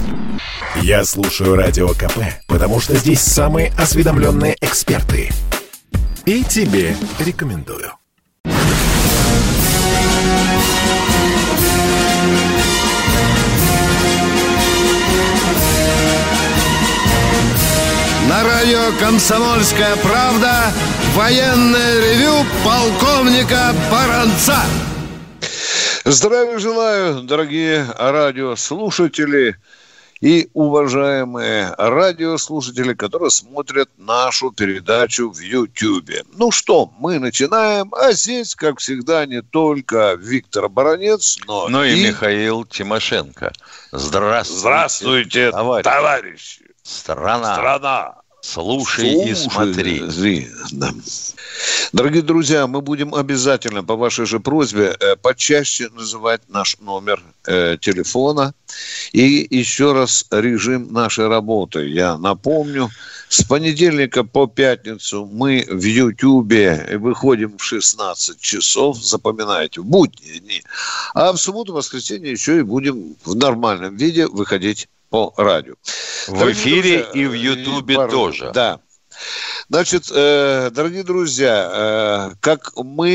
Я слушаю Радио КП, потому что здесь самые осведомленные эксперты. И тебе рекомендую. На радио «Комсомольская правда» военное ревю полковника Баранца. Здравия желаю, дорогие радиослушатели и уважаемые радиослушатели, которые смотрят нашу передачу в Ютьюбе. Ну что, мы начинаем, а здесь, как всегда, не только Виктор Баранец, но и Михаил Тимошенко. Здравствуйте, товарищи. Страна. Слушай и смотри. Да. Дорогие друзья, мы будем обязательно по вашей же просьбе почаще называть наш номер телефона. И еще раз режим нашей работы. Я напомню, с понедельника по пятницу мы в Ютьюбе выходим в 16 часов, запоминайте, в будние дни. А в субботу, воскресенье еще и будем в нормальном виде выходить по радио. В эфире и в Ютубе тоже. Да. Значит, дорогие друзья, как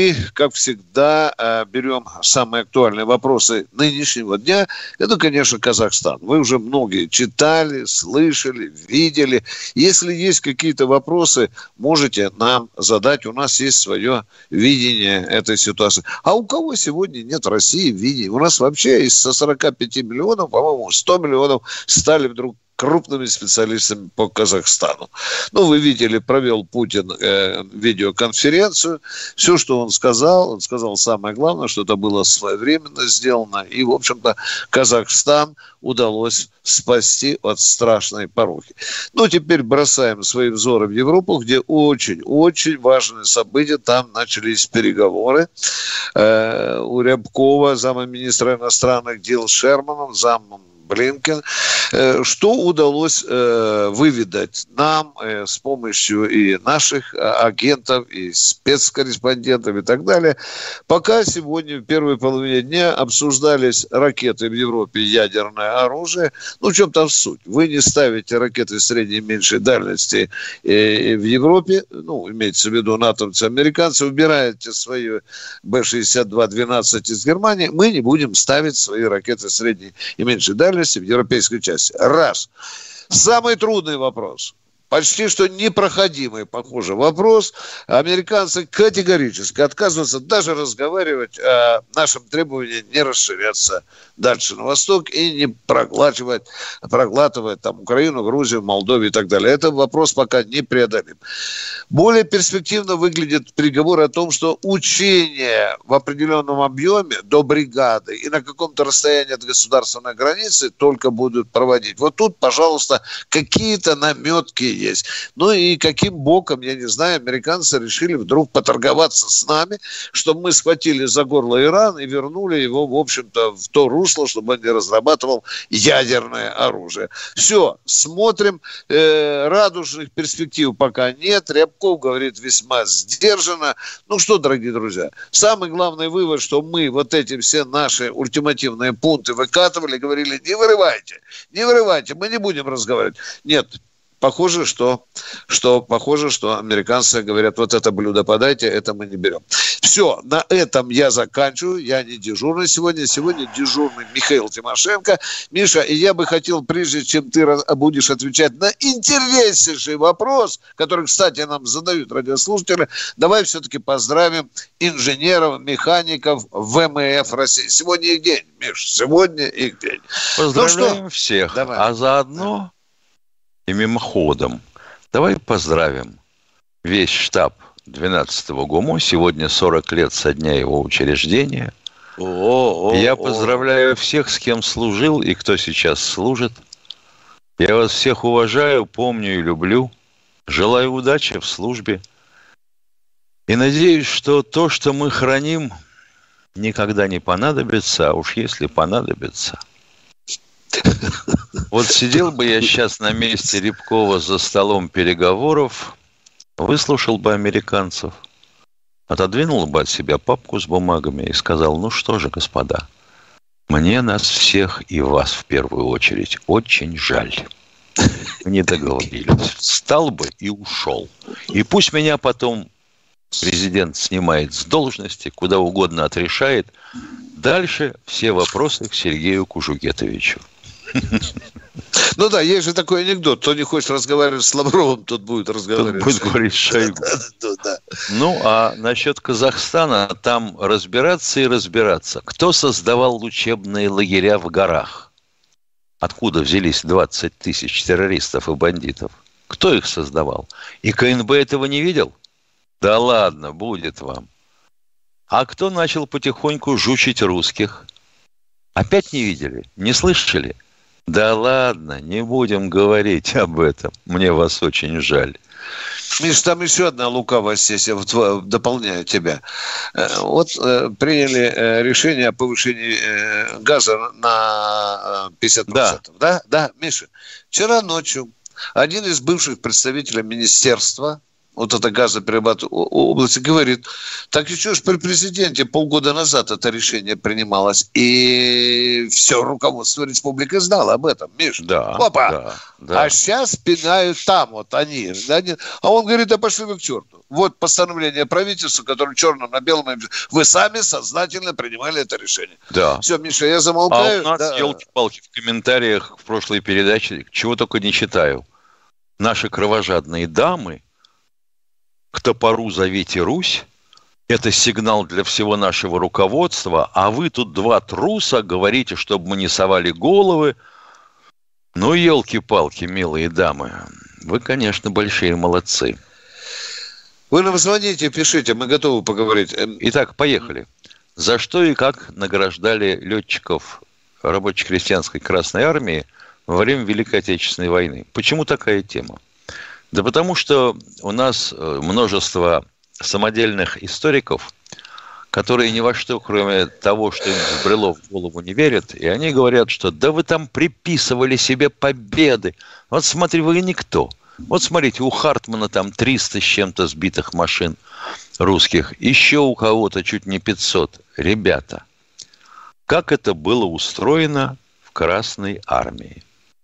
всегда, берем самые актуальные вопросы нынешнего дня, это, конечно, Казахстан. Вы уже многие читали, слышали, видели. Если есть какие-то вопросы, можете нам задать. У нас есть свое видение этой ситуации. А у кого сегодня нет в России видения? У нас вообще из 45 миллионов, по-моему, 100 миллионов стали вдруг крупными специалистами по Казахстану. Ну, вы видели, провел Путин видеоконференцию. Все, что он сказал самое главное, что это было своевременно сделано. И, в общем-то, Казахстан удалось спасти от страшной порохи. Ну, теперь бросаем свои взоры в Европу, где очень-очень важные события. Там начались переговоры. У Рябкова, замминистра иностранных дел, Шерманом, замом Блинкен, что удалось выведать нам с помощью и наших агентов, и спецкорреспондентов и так далее. Пока сегодня в первой половине дня обсуждались ракеты в Европе, ядерное оружие. Ну, в чем там суть? Вы не ставите ракеты средней и меньшей дальности в Европе, ну, имеется в виду натовцы, американцы, убираете свои Б-62-12 из Германии, мы не будем ставить свои ракеты средней и меньшей дальности в европейской части. Раз. Самый трудный вопрос. Почти что непроходимый, похоже, вопрос. Американцы категорически отказываются даже разговаривать о нашем требовании не расширяться дальше на восток и не проглатывать там Украину, Грузию, Молдову и так далее. Этот вопрос пока не преодолим. Более перспективно выглядит переговоры о том, что учения в определенном объеме до бригады и на каком-то расстоянии от государственной границы только будут проводить. Вот тут, пожалуйста, какие-то наметки есть. Ну и каким боком, я не знаю, американцы решили вдруг поторговаться с нами, чтобы мы схватили за горло Иран и вернули его, в общем-то, в то русло, чтобы он не разрабатывал ядерное оружие. Все, смотрим. Радужных перспектив пока нет. Рябков говорит весьма сдержанно. Ну что, дорогие друзья, самый главный вывод, что мы вот эти все наши ультимативные пункты выкатывали, говорили, не вырывайте, мы не будем разговаривать. Нет, Похоже, что американцы говорят, вот это блюдо подайте, это мы не берем. Все, на этом я заканчиваю. Я не дежурный сегодня. Сегодня дежурный Михаил Тимошенко. Миша, и я бы хотел, прежде чем ты будешь отвечать на интереснейший вопрос, который, кстати, нам задают радиослушатели, давай все-таки поздравим инженеров, механиков ВМФ России. Сегодня их день, Миш, сегодня их день. Поздравляем всех. Давай. А заодно и мимоходом давай поздравим весь штаб 12-го ГУМО. Сегодня 40 лет со дня его учреждения. Я поздравляю всех, с кем служил и кто сейчас служит. Я вас всех уважаю, помню и люблю. Желаю удачи в службе. И надеюсь, что то, что мы храним, никогда не понадобится, а уж если понадобится. Вот сидел бы я сейчас на месте Рябкова за столом переговоров, выслушал бы американцев, отодвинул бы от себя папку с бумагами и сказал, ну что же, господа, Мне нас всех и вас в первую очередь очень жаль. Не договорились. Встал бы и ушел. И пусть меня потом президент снимает с должности, куда угодно отрешает. Дальше все вопросы к Сергею Кужугетовичу. Ну да, есть же такой анекдот. Кто не хочет разговаривать с Лавровым, тот будет разговаривать. Тот будет говорить с Шойгу. Да. Ну, а насчет Казахстана, там разбираться и разбираться. Кто создавал учебные лагеря в горах? Откуда взялись 20 тысяч террористов и бандитов? Кто их создавал? И КНБ этого не видел? Да ладно, будет вам. А кто начал потихоньку жучить русских? Опять не видели? Не слышали? Да ладно, не будем говорить об этом. Мне вас очень жаль. Миш, там еще одна лукавость, если я вот дополняю тебя. Вот приняли решение о повышении газа на 50%. Да, Миша. Вчера ночью один из бывших представителей министерства, вот это газоперерабатывающей области, говорит, так еще ж при президенте полгода назад это решение принималось, и все руководство республики знало об этом, Миш. Да. Опа! Да. А сейчас пинают там, вот они. А он говорит, да пошли вы к черту. Вот постановление правительства, которое черным на белом, вы сами сознательно принимали это решение. Да. Все, Миша, я замолкаю. А у нас, елки-палки, в комментариях в прошлой передаче, чего только не читаю. Наши кровожадные дамы, к топору зовите Русь, это сигнал для всего нашего руководства, а вы тут два труса говорите, чтобы мы не совали головы. Ну, елки-палки, милые дамы, вы, конечно, большие молодцы. Вы нам звоните, пишите, мы готовы поговорить. Итак, поехали. За что и как награждали летчиков рабоче-крестьянской Красной Армии во время Великой Отечественной войны? Почему такая тема? Да потому что у нас множество самодельных историков, которые ни во что, кроме того, что им взбрело в голову, не верят. И они говорят, что да вы там приписывали себе победы. Вот смотри, вы никто. Вот смотрите, у Хартмана там 300 с чем-то сбитых машин русских. Еще у кого-то чуть не 500. Ребята, как это было устроено в Красной Армии?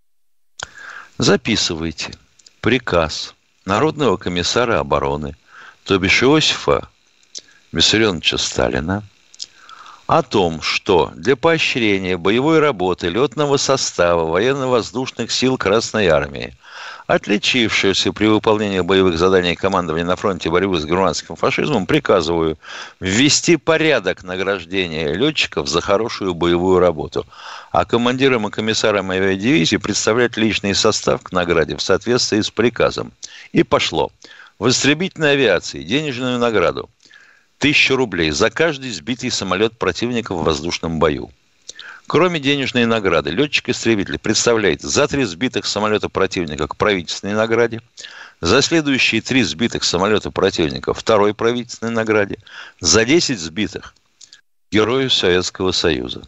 Записывайте. Приказ Народного комиссара обороны, то бишь Иосифа Виссарионовича Сталина, о том, что для поощрения боевой работы летного состава военно-воздушных сил Красной Армии, отличившегося при выполнении боевых заданий командования на фронте борьбы с германским фашизмом, приказываю ввести порядок награждения летчиков за хорошую боевую работу, а командирам и комиссарам авиадивизии представлять личный состав к награде в соответствии с приказом. И пошло. В истребительной авиации денежную награду 1000 рублей за каждый сбитый самолет противника в воздушном бою. Кроме денежной награды, летчик-истребитель представляет за 3 сбитых самолета противника к правительственной награде, за следующие 3 сбитых самолета противника второй правительственной награде, за 10 сбитых Герою Советского Союза.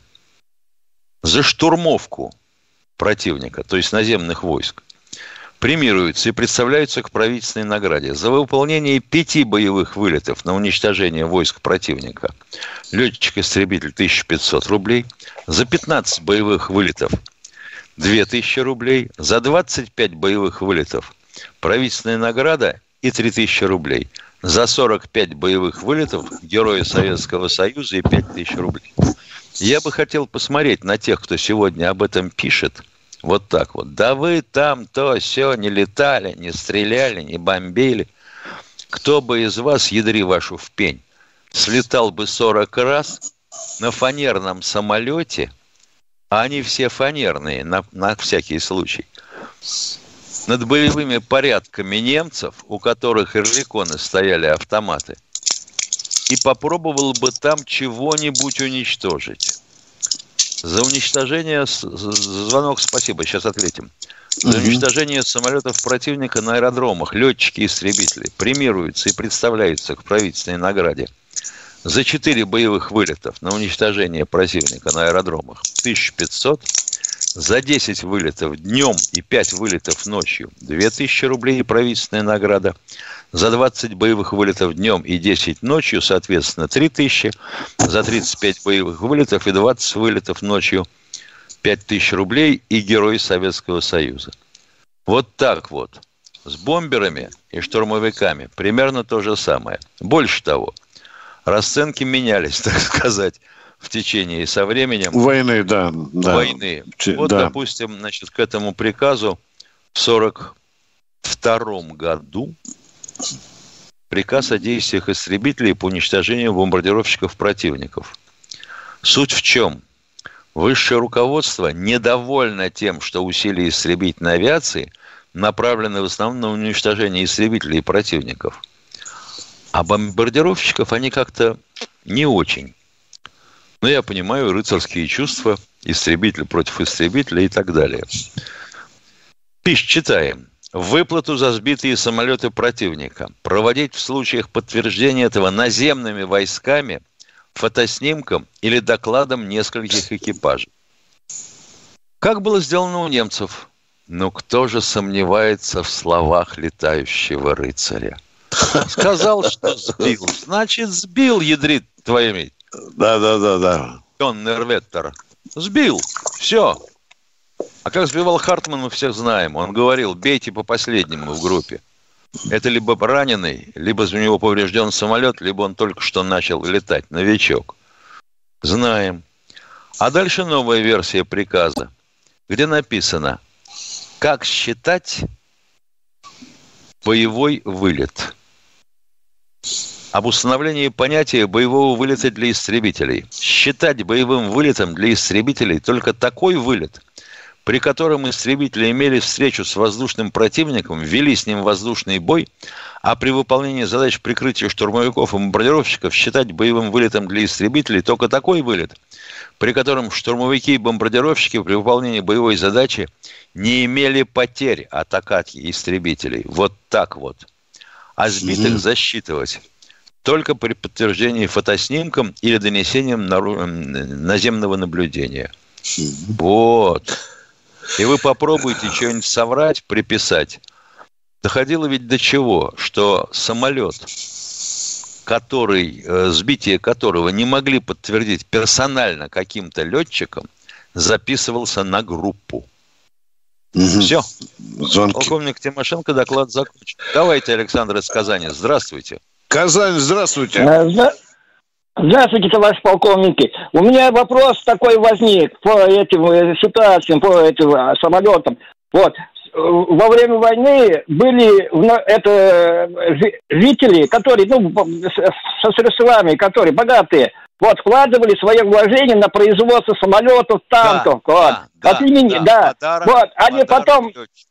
За штурмовку противника, то есть наземных войск, премируются и представляются к правительственной награде. За выполнение 5 боевых вылетов на уничтожение войск противника летчик-истребитель 1500 рублей. За 15 боевых вылетов 2000 рублей. За 25 боевых вылетов правительственная награда и 3000 рублей. За 45 боевых вылетов Героя Советского Союза и 5000 рублей. Я бы хотел посмотреть на тех, кто сегодня об этом пишет. Вот так вот. Да вы там то сё не летали, не стреляли, не бомбили. Кто бы из вас, ядри вашу в пень, слетал бы 40 раз на фанерном самолете, а они все фанерные, на всякий случай, над боевыми порядками немцев, у которых эрликоны стояли автоматы, и попробовал бы там чего-нибудь уничтожить. За уничтожение... Звонок, спасибо, сейчас ответим. За уничтожение самолетов противника на аэродромах летчики и истребители премируются и представляются к правительственной награде. За 4 боевых вылетов на уничтожение противника на аэродромах 1500, За 10 вылетов днем и 5 вылетов ночью 2000 рублей и правительственная награда. За 20 боевых вылетов днем и 10 ночью, соответственно, 3000. За 35 боевых вылетов и 20 вылетов ночью 5000 рублей и Герой Советского Союза. Вот так вот. С бомберами и штурмовиками примерно то же самое. Больше того, расценки менялись, так сказать, в течение и со временем войны, да. Войны. Вот, да. Допустим, значит, к этому приказу в 1942 году приказ о действиях истребителей по уничтожению бомбардировщиков противников. Суть в чем? Высшее руководство недовольно тем, что усилия истребительной авиации направлены в основном на уничтожение истребителей и противников. А бомбардировщиков они как-то не очень. Но я понимаю рыцарские чувства, истребитель против истребителя и так далее. Читаем. Выплату за сбитые самолеты противника проводить в случаях подтверждения этого наземными войсками, фотоснимком или докладом нескольких экипажей. Как было сделано у немцев? Но кто же сомневается в словах летающего рыцаря? Сказал, что сбил. Значит, сбил, ядрит твоими. Да. Коннерветтер. Сбил. Все. А как сбивал Хартман, мы всех знаем. Он говорил, бейте по последнему в группе. Это либо раненый, либо у него поврежден самолет, либо он только что начал летать. Новичок. Знаем. А дальше новая версия приказа, где написано, как считать боевой вылет. Об установлении понятия боевого вылета для истребителей. Считать боевым вылетом для истребителей только такой вылет, при котором истребители имели встречу с воздушным противником, вели с ним воздушный бой, а при выполнении задач прикрытия штурмовиков и бомбардировщиков считать боевым вылетом для истребителей только такой вылет, при котором штурмовики и бомбардировщики при выполнении боевой задачи не имели потерь от атаки истребителей. Вот так вот. А сбитых засчитывать только при подтверждении фотоснимком или донесением наземного наблюдения. Вот. И вы попробуйте что-нибудь соврать, приписать. Доходило ведь до чего? Что самолет, сбитие которого не могли подтвердить персонально каким-то летчикам, записывался на группу. Все. Звонки. Полковник Тимошенко, доклад закончен. Давайте, Александр из Казани. Здравствуйте. Казань, здравствуйте. Здравствуйте, товарищ полковники. У меня вопрос такой возник по этим ситуациям, по этим самолетам. Вот. Во время войны были жители, которые, со средствами, которые богатые, вот, вкладывали свои вложения на производство самолетов, танков. Они потом...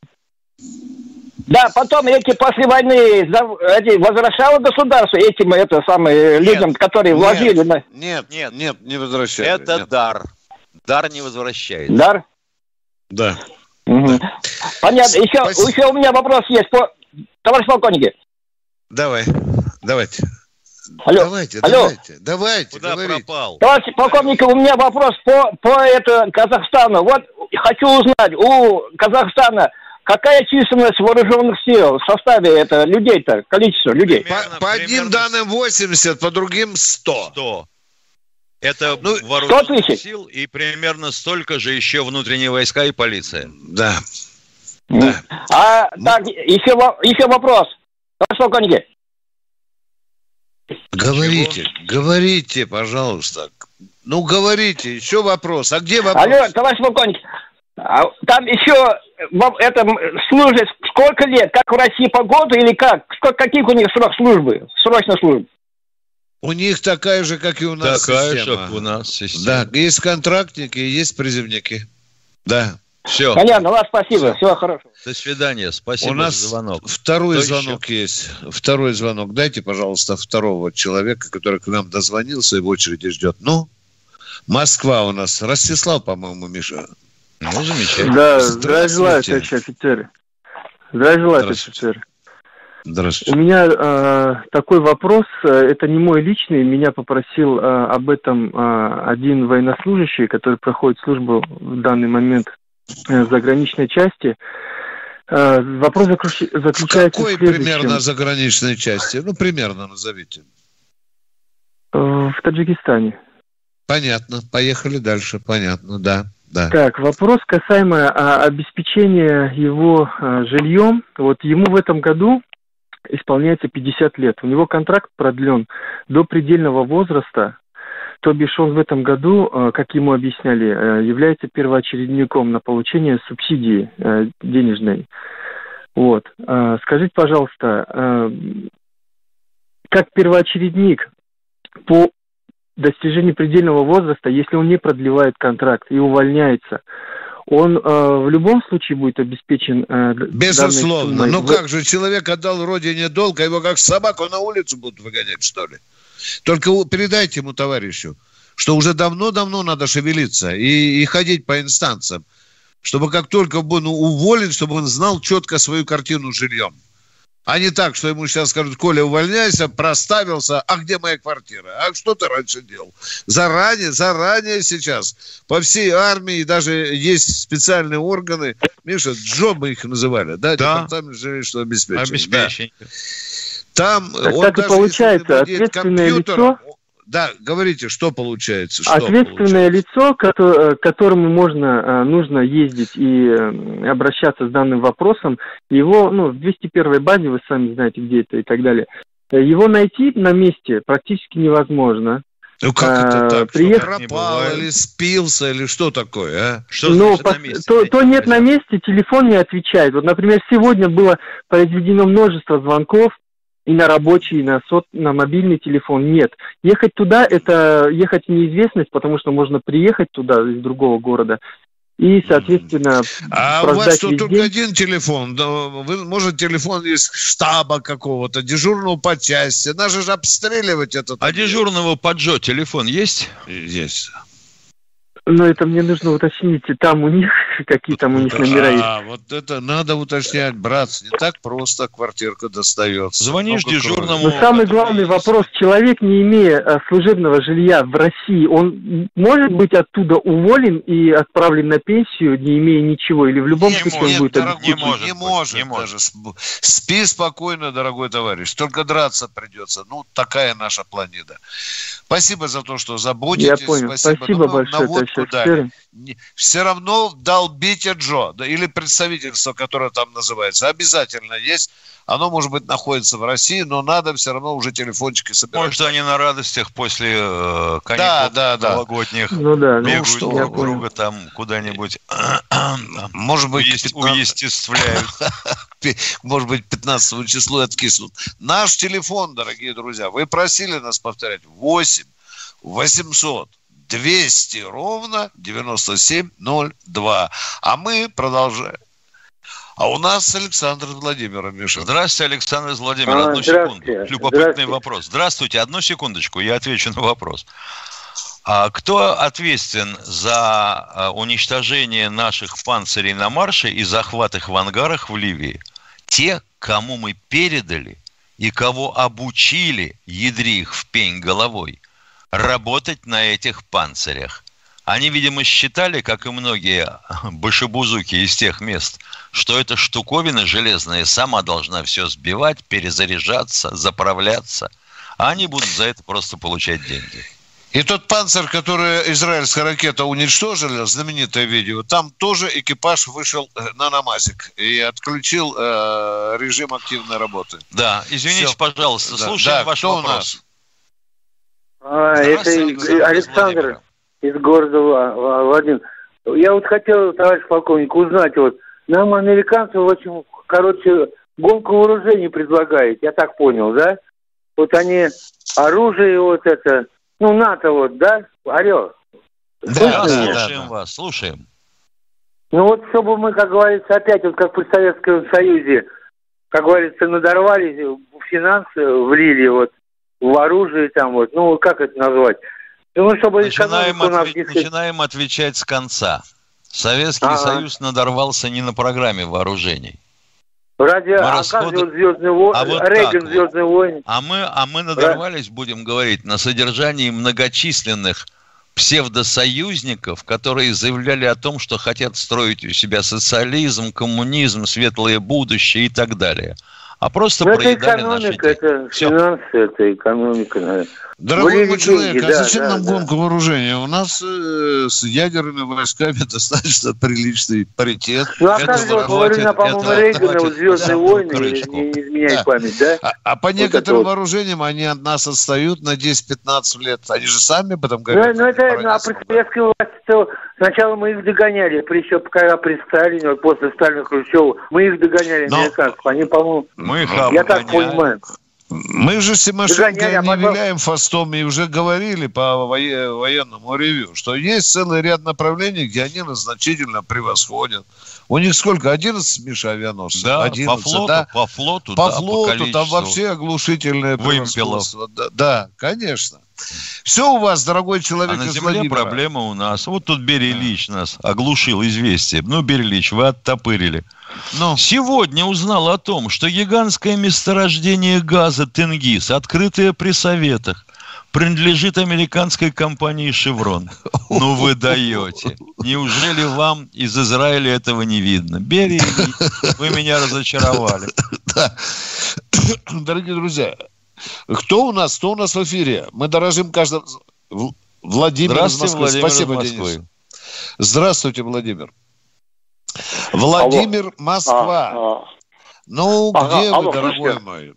Да, потом после войны возвращало государство этим людям, которые вложили. Нет, не возвращает. Это нет. Дар. Дар не возвращает. Дар? Да. Угу. Да. Понятно. Еще у меня вопрос есть. Товарищ полковник. Давайте. Алло. Давайте. Куда пропал? Товарищ полковник, у меня вопрос по Казахстану. Вот хочу узнать, у Казахстана какая численность вооруженных сил в составе людей-то, количество людей? По одним данным 80, по другим 100. Это вооруженных сил и примерно столько же еще внутренние войска и полиция. Да. Так, еще вопрос. Товарищ полковник. Говорите, пожалуйста. Говорите, еще вопрос. А где вопрос? Алло, товарищ полковник. Там еще служит сколько лет? Как в России по году или как? Каких у них срок службы? Срочная служба? У них такая же, как и у нас такая система. Такая же, как у нас система. Да, есть контрактники, есть призывники. Да. Все. Понятно, ладно, спасибо. Всего хорошего. До свидания. Спасибо у нас за звонок. Второй звонок есть. Второй звонок. Дайте, пожалуйста, второго человека, который к нам дозвонился и в очереди ждет. Москва у нас. Ростислав, по-моему, Миша. Замечательно. Да, здравия желаю, товарищ офицеры. Здравия желаю, офицеры. Здравствуйте. У меня такой вопрос, это не мой личный, меня попросил об этом один военнослужащий, который проходит службу в данный момент в заграничной части. Вопрос заключается в какой в следующем. Примерно заграничной части? Ну, примерно назовите. В Таджикистане. Понятно. Поехали дальше. Понятно, да. Так, вопрос касаемо обеспечения его жильем. Вот ему в этом году исполняется 50 лет. У него контракт продлен до предельного возраста. То бишь он в этом году, как ему объясняли, является первоочередником на получение субсидии денежной. Вот. Скажите, пожалуйста, как первоочередник по достижению предельного возраста, если он не продлевает контракт и увольняется, он в любом случае будет обеспечен... Безусловно. Ну как же, человек отдал родине долг, а его как собаку на улицу будут выгонять, что ли? Только передайте ему, товарищу, что уже давно-давно надо шевелиться и ходить по инстанциям, чтобы как только он уволен, чтобы он знал четко свою картину с жильем. А не так, что ему сейчас скажут: Коля, увольняйся, проставился, а где моя квартира? А что ты раньше делал? Заранее сейчас по всей армии даже есть специальные органы. Миша, Джо мы их называли, да? Департамент жилищного обеспечения. Да. Там так и получается, ответственное лицо... Да, говорите, что получается? Ответственное лицо, которому нужно ездить и обращаться с данным вопросом, его, в 201-й базе, вы сами знаете, где это и так далее, его найти на месте практически невозможно. Ну как это так? Пропал или спился, или что такое, а? Что на месте? То нет на месте, телефон не отвечает. Вот, например, сегодня было произведено множество звонков, и на рабочий, и на мобильный телефон нет. Ехать туда – это ехать в неизвестность, потому что можно приехать туда из другого города и, соответственно, А у вас что, только один телефон? Может, телефон есть штаба какого-то, дежурного по части. Надо же обстреливать этот... А дежурного по Джо телефон есть? Есть. Но это мне нужно уточнить, там у них, какие там у них номера есть. Вот это надо уточнять, братцы, не так просто квартирка достается. Звонишь дежурному... Но самый главный вопрос, человек, не имея служебного жилья в России, он может быть оттуда уволен и отправлен на пенсию, не имея ничего, или в любом случае он будет обеспечен? Не может даже. Спи спокойно, дорогой товарищ, только драться придется. Такая наша планета. Спасибо за то, что заботитесь. Я понял. Спасибо большое. Все равно долбите Джо, или представительство, которое там называется, обязательно есть. Оно, может быть, находится в России, но надо все равно уже телефончики собирать. Может, они на радостях после каникул новогодних бегают друг друга там куда-нибудь, может быть, уестествляют. Может быть, 15 числу откиснут. Наш телефон, дорогие друзья, вы просили нас повторять: 8 800 200 ровно 9702. А мы продолжаем. А у нас Александр из Владимира, Миша. Здравствуйте, Александр из Владимира. Одну секунду. Любопытный вопрос. Здравствуйте, одну секундочку, я отвечу на вопрос. А кто ответственен за уничтожение наших панцирей на марше и захват их в ангарах в Ливии? Те, кому мы передали и кого обучили, ядри их в пень головой, работать на этих панцирях. Они, видимо, считали, как и многие башибузуки из тех мест, что эта штуковина железная сама должна все сбивать, перезаряжаться, заправляться. А они будут за это просто получать деньги. И тот панцирь, который израильская ракета уничтожила, знаменитое видео, там тоже экипаж вышел на намазик и отключил режим активной работы. Да, извините, пожалуйста, слушаем ваш вопрос. Это Александр из города Владимир. Я хотел, товарищ полковник, узнать, нам американцы очень, гонку вооружений предлагают, я так понял, да? Они оружие НАТО, да? Алло. Да, слушаем вас, слушаем. Чтобы мы, как говорится, опять, как при Советском Союзе, как говорится, надорвались, финансы влили, в оружие там, как это назвать? Чтобы начинаем отвечать с конца. Советский Союз надорвался не на программе вооружений. Ради оказывают «Звездные войны», Рейган «Звездные войны». А мы надорвались, будем говорить, на содержании многочисленных псевдосоюзников, которые заявляли о том, что хотят строить у себя социализм, коммунизм, светлое будущее и так далее. А просто проедали наши деньги. Это финансы, это экономика, наверное. Дорогой мой человек, а зачем нам гонка вооружения? У нас с ядерными войсками достаточно приличный паритет. Ну, а как же, по-моему, Рейгана, «Звездные войны», не изменяет память, да? А по некоторым вооружениям они от нас отстают на 10-15 лет. Они же сами об этом говорят. Ну, это, а при советской власти сначала мы их догоняли, причем когда при Сталине, вот после Сталина, Хрущева, мы их догоняли, американцев. Они, по-моему, я так понимаю. Мы же Тимошенко не виляем хвостом и уже говорили по военному ревью, что есть целый ряд направлений, где они значительно превосходят. У них сколько? 11, Миша, авианосцев? Да, 11, по флоту, по там вообще оглушительное превосходство. Да, конечно. Все у вас, дорогой человек, а на земле проблема у нас. Вот тут Берия Ильич нас оглушил известием. Ну, Берия Ильич, вы оттопырили. Сегодня узнал о том, что гигантское месторождение газа Тенгиз, открытое при Советах, принадлежит американской компании «Шеврон». Ну вы даете. Неужели вам из Израиля этого не видно? Берия Ильич, вы меня разочаровали. Дорогие друзья, кто у нас в эфире? Мы дорожим каждым... Владимир из Москвы. Спасибо, Денис. Здравствуйте, Владимир. Владимир, алло. Москва. Где вы, дорогой мой?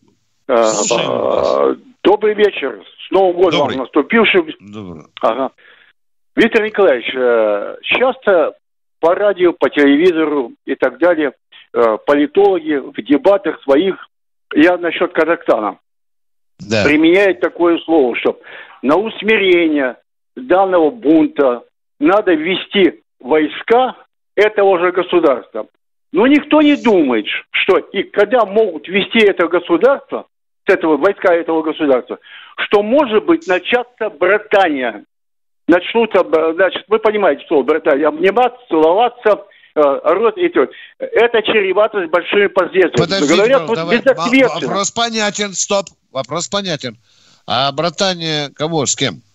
Добрый вечер. С Новым годом вам наступившим. Ага. Виктор Николаевич, часто по радио, по телевизору и так далее политологи в дебатах своих, я насчет Казахстана, применяют такое слово, что на усмирение данного бунта надо ввести войска этого же государства. Но никто не думает, что и когда могут ввести это государство, войска этого государства, что может быть начаться братания. Начнутся, значит, вы понимаете, что братания, обниматься, целоваться, рот и то. Это чревато с большими последствиями. Подождите, говорят, безответственно. Вопрос понятен, стоп. Вопрос понятен. А братание кого, с кем?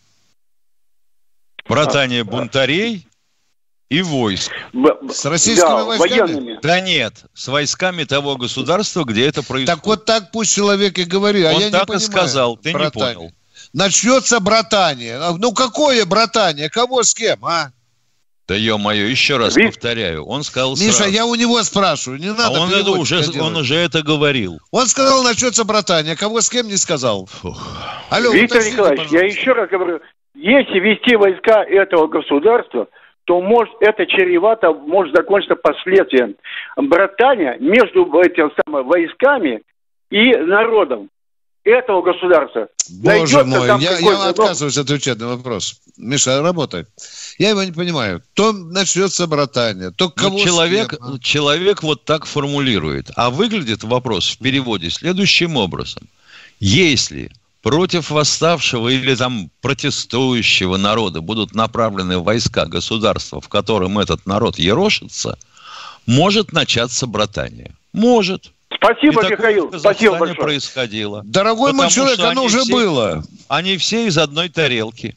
Братание бунтарей и войск. С российскими войсками? Военными. Да нет, с войсками того государства, где это происходит. Так вот так пусть человек и говорит. Он я так не и сказал, ты братание. Не понял. Начнется братание. Ну какое братание? Кого с кем, а? Да ё-моё, еще раз повторяю. Он сказал Миша, сразу. я у него спрашиваю, не надо. Он уже это говорил. Он сказал, начнется братание. Кого с кем не сказал? Алло, Виктор Николаевич, я еще раз говорю, если вести войска этого государства, то может это чревато, может закончиться последствием братания между этими войсками и народом этого государства. Боже мой, я отказываюсь отвечать на вопрос. Миша, работай. Я его не понимаю. То начнется братание, то кого человек вот так формулирует. А выглядит вопрос в переводе следующим образом. Если против восставшего или там протестующего народа будут направлены войска государства, в котором этот народ ерошится, может начаться братание. Может. Спасибо, Михаил. Спасибо большое. Происходило. Дорогой мой человек, оно уже было. Они все из одной тарелки.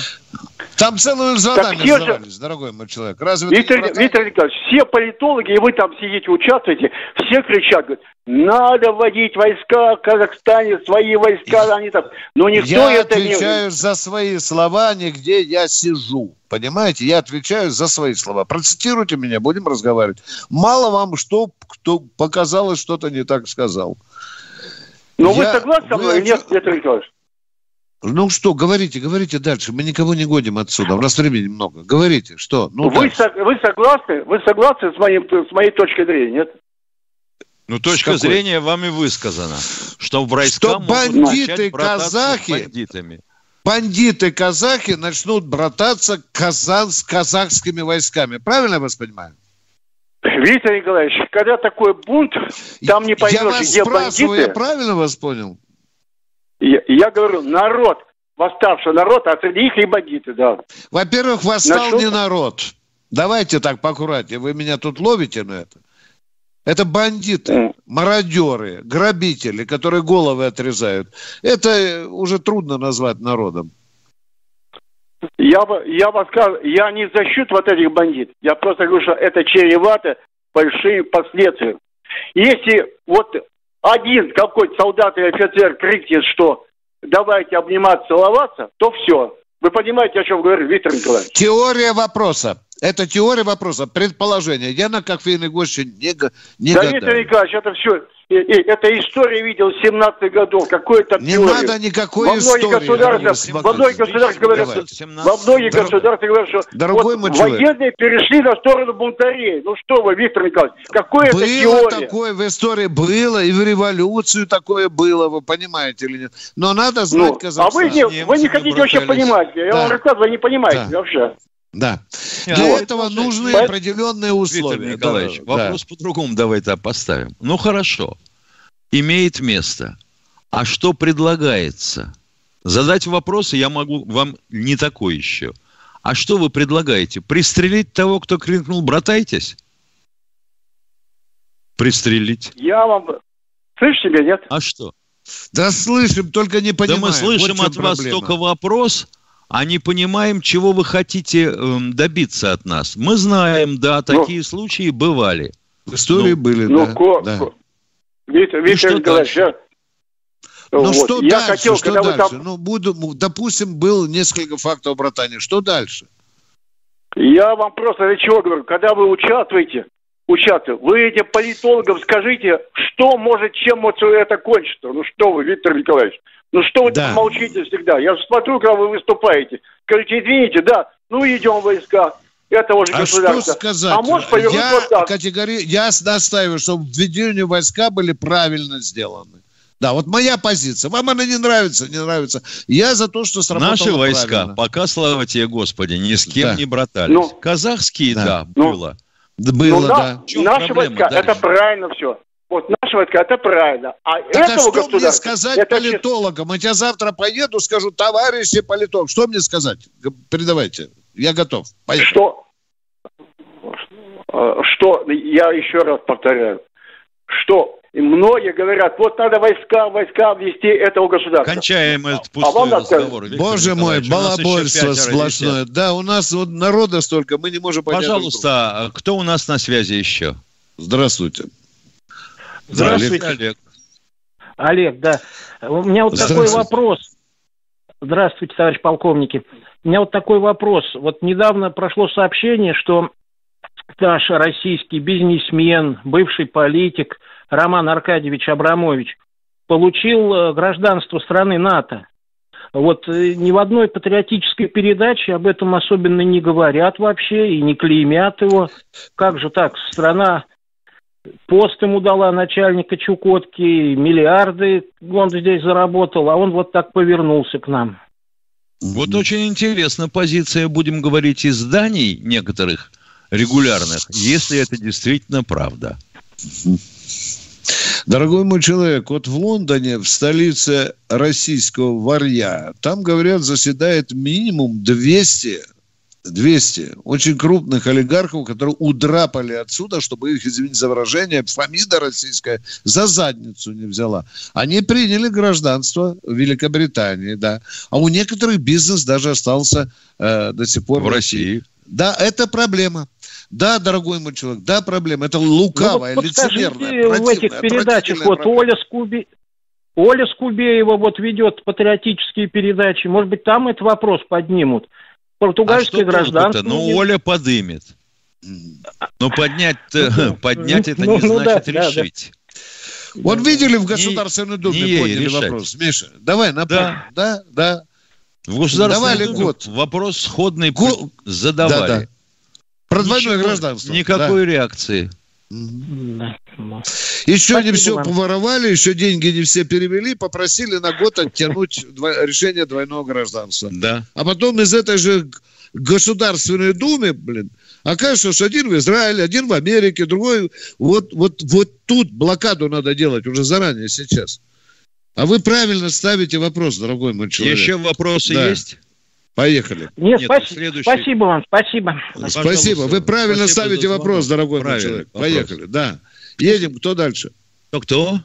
Там целыми взрывами взрывались, дорогой мой человек. Виктор Николаевич, все политологи, и вы там сидите, участвуете, все кричат, говорят, надо вводить войска в Казахстане, свои войска, они там. Но никто это не... Я отвечаю за свои слова, нигде я сижу. Понимаете? Я отвечаю за свои слова. Процитируйте меня, будем разговаривать. Мало вам, кто показалось, что-то не так сказал. Но вы согласны со мной или нет, Виктор Николаевич? Ну что, говорите дальше. Мы никого не гоним отсюда. У нас времени много. Говорите, что? Вы согласны? Вы согласны с моей точкой зрения, нет? Ну, точка зрения вами высказана. Что войска могут начать брататься с бандитами. Бандиты-казахи начнут брататься с казахскими войсками. Правильно я вас понимаю? Виктор Николаевич, когда такой бунт, там не поймешь, где бандиты. Я правильно вас понял? Я говорю, народ, восставший народ, а среди них и бандиты, да. Во-первых, восстал не народ. Давайте так поаккуратнее. Вы меня тут ловите на это. Это бандиты, мародеры, грабители, которые головы отрезают. Это уже трудно назвать народом. Я бы сказал, я не за счет вот этих бандитов. Я просто говорю, что это чревато большими последствиями. Если вот один какой-то солдат или офицер крикнет, что давайте обниматься, целоваться, то все. Вы понимаете, о чем говорю, Виктор Николаевич? Теория вопроса. Это теория вопроса, предположение. Я на кофейной гуще не гадаю. Виктор Николаевич, это все... Это история видел 17 годов. Какой там не теорию? Надо никакой во многих истории. Во многих государствах говорят, что дорогой вот военные перешли на сторону бунтарей. Ну что вы, Виктор Николаевич, какое это теория? Было такое в истории, было, и в революцию такое было, вы понимаете или нет? Но надо знать Казахстан. А вы не хотите вообще понимать. Я вам рассказываю, вы не понимаете вообще. Да. Для этого нужны определенные условия. Виктор Николаевич, вопрос по-другому давайте поставим. Ну, хорошо. Имеет место. А что предлагается? Задать вопросы я могу вам не такой еще. А что вы предлагаете? Пристрелить того, кто крикнул «братайтесь»? Пристрелить. Я вам... Слышите меня, нет? А что? Да слышим, только не понимаем. Да мы слышим от вас только вопрос... а не понимаем, чего вы хотите добиться от нас. Мы знаем, да, такие случаи бывали. В истории были, да. Виктор Николаевич, что дальше? Допустим, было несколько фактов братания. Что дальше? Я вам просто для чего говорю. Когда вы участвуете, вы этим политологам скажите, что может, чем вот это кончится. Ну что вы, Виктор Николаевич? Ну что вы так молчите всегда? Я же смотрю, когда вы выступаете. Скажите, извините, идем в войска этого же государства. Что сказать? А может повернуть вот так? Я настаиваю, что введение войска были правильно сделаны. Да, вот моя позиция. Вам она не нравится. Я за то, что сработало наши войска, правильно. Пока, слава тебе, Господи, ни с кем не братались. Казахские, было. Было. Наши войска, это правильно все. Вот наши войска, это правильно. А этого что мне сказать политологам? Я завтра поеду, скажу, товарищи политолог, что мне сказать? Передавайте. Я готов. Поехали. Что? Я еще раз повторяю. Что? И многие говорят, вот надо войска ввести этого государства. Кончаем этот пустой разговор. Боже мой, балабольство сплошное. Да, у нас вот народа столько, мы не можем понять. Пожалуйста, кто у нас на связи еще? Здравствуйте. Здравствуйте, Олег. Олег, да. У меня вот такой вопрос. Здравствуйте, товарищ полковники. У меня вот такой вопрос. Вот недавно прошло сообщение, что наш российский бизнесмен, бывший политик Роман Аркадьевич Абрамович получил гражданство страны НАТО. Вот ни в одной патриотической передаче об этом особенно не говорят вообще и не клеймят его. Как же так? Страна пост ему дала начальника Чукотки, миллиарды он здесь заработал, а он вот так повернулся к нам. Вот очень интересна позиция, будем говорить, изданий некоторых регулярных, если это действительно правда. Дорогой мой человек, вот в Лондоне, в столице российского варья, там, говорят, заседает минимум 200 очень крупных олигархов, которые удрапали отсюда, чтобы их, извините за выражение, фамилия российская за задницу не взяла. Они приняли гражданство в Великобритании, да. А у некоторых бизнес даже остался до сих пор в России. Да, это проблема. Да, дорогой мой человек, да, проблема. Это лукавая, лицемерная, в этих передачах вот Оля Скубеева вот ведет патриотические передачи. Может быть, там этот вопрос поднимут. Португальское гражданство. Ну, Оля подымет. Но поднять это не значит решить. Вот видели в Государственной Думе, подняли вопрос. Миша, давай напомним. Да. В Государственной Думе вопрос сходный задавали. Да. Про двойное гражданство. Никакой реакции. Еще не все поворовали, еще деньги не все перевели, попросили на год оттянуть решение двойного гражданства. Да. А потом из этой же Государственной Думы, окажется, что один в Израиле, один в Америке, другой вот тут блокаду надо делать уже заранее сейчас. А вы правильно ставите вопрос, дорогой мой человек. Еще вопросы есть? Поехали. Нет, спасибо вам, спасибо. Спасибо. Вы правильно ставите вопрос, дорогой мой человек. Поехали, да. Едем, кто дальше? Кто?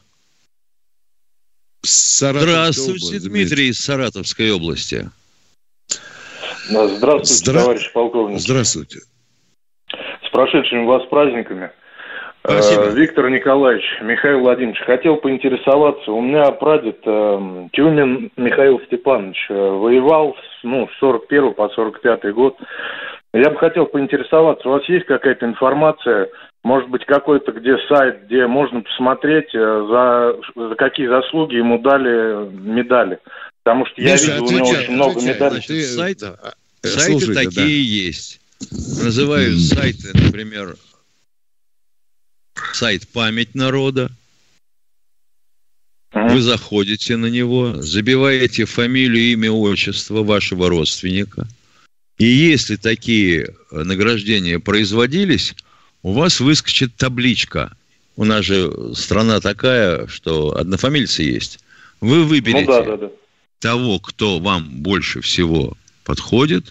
Здравствуйте, область, Дмитрий из Саратовской области. Здравствуйте, товарищ полковник. Здравствуйте. С прошедшими вас праздниками. Спасибо. Виктор Николаевич, Михаил Владимирович, хотел поинтересоваться. У меня прадед Тюмин Михаил Степанович воевал с 41 по 45 год. Я бы хотел поинтересоваться, у вас есть какая-то информация, может быть, какой-то где сайт, где можно посмотреть, за какие заслуги ему дали медали? Потому что я видел у него очень много медалей. Сайты такие есть. Называют сайты, например, сайт «Память народа». Вы заходите на него, забиваете фамилию, имя, отчество вашего родственника. И если такие награждения производились, у вас выскочит табличка. У нас же страна такая, что однофамильцы есть. Вы выберете того, кто вам больше всего подходит,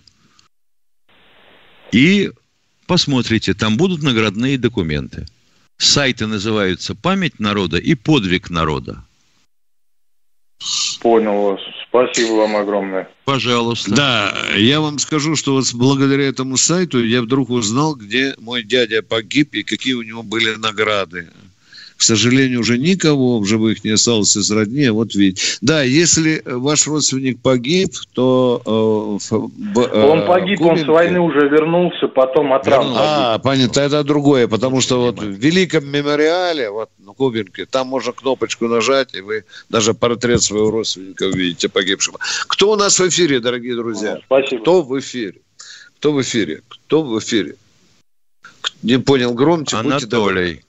и посмотрите, там будут наградные документы. Сайты называются «Память народа» и «Подвиг народа». Понял вас. Спасибо вам огромное. Пожалуйста. Да, я вам скажу, что вот благодаря этому сайту я вдруг узнал, где мой дядя погиб и какие у него были награды. К сожалению, уже никого в живых не осталось из родни. Вот видите. Да, если ваш родственник погиб, то... он погиб, Кубинке... он с войны уже вернулся, потом от ран. Понятно, это другое, потому что вот в Великом мемориале, вот на Кубинке, там можно кнопочку нажать, и вы даже портрет своего родственника увидите погибшего. Кто у нас в эфире, дорогие друзья? Спасибо. Кто в эфире? Не понял, громче. Анатолий.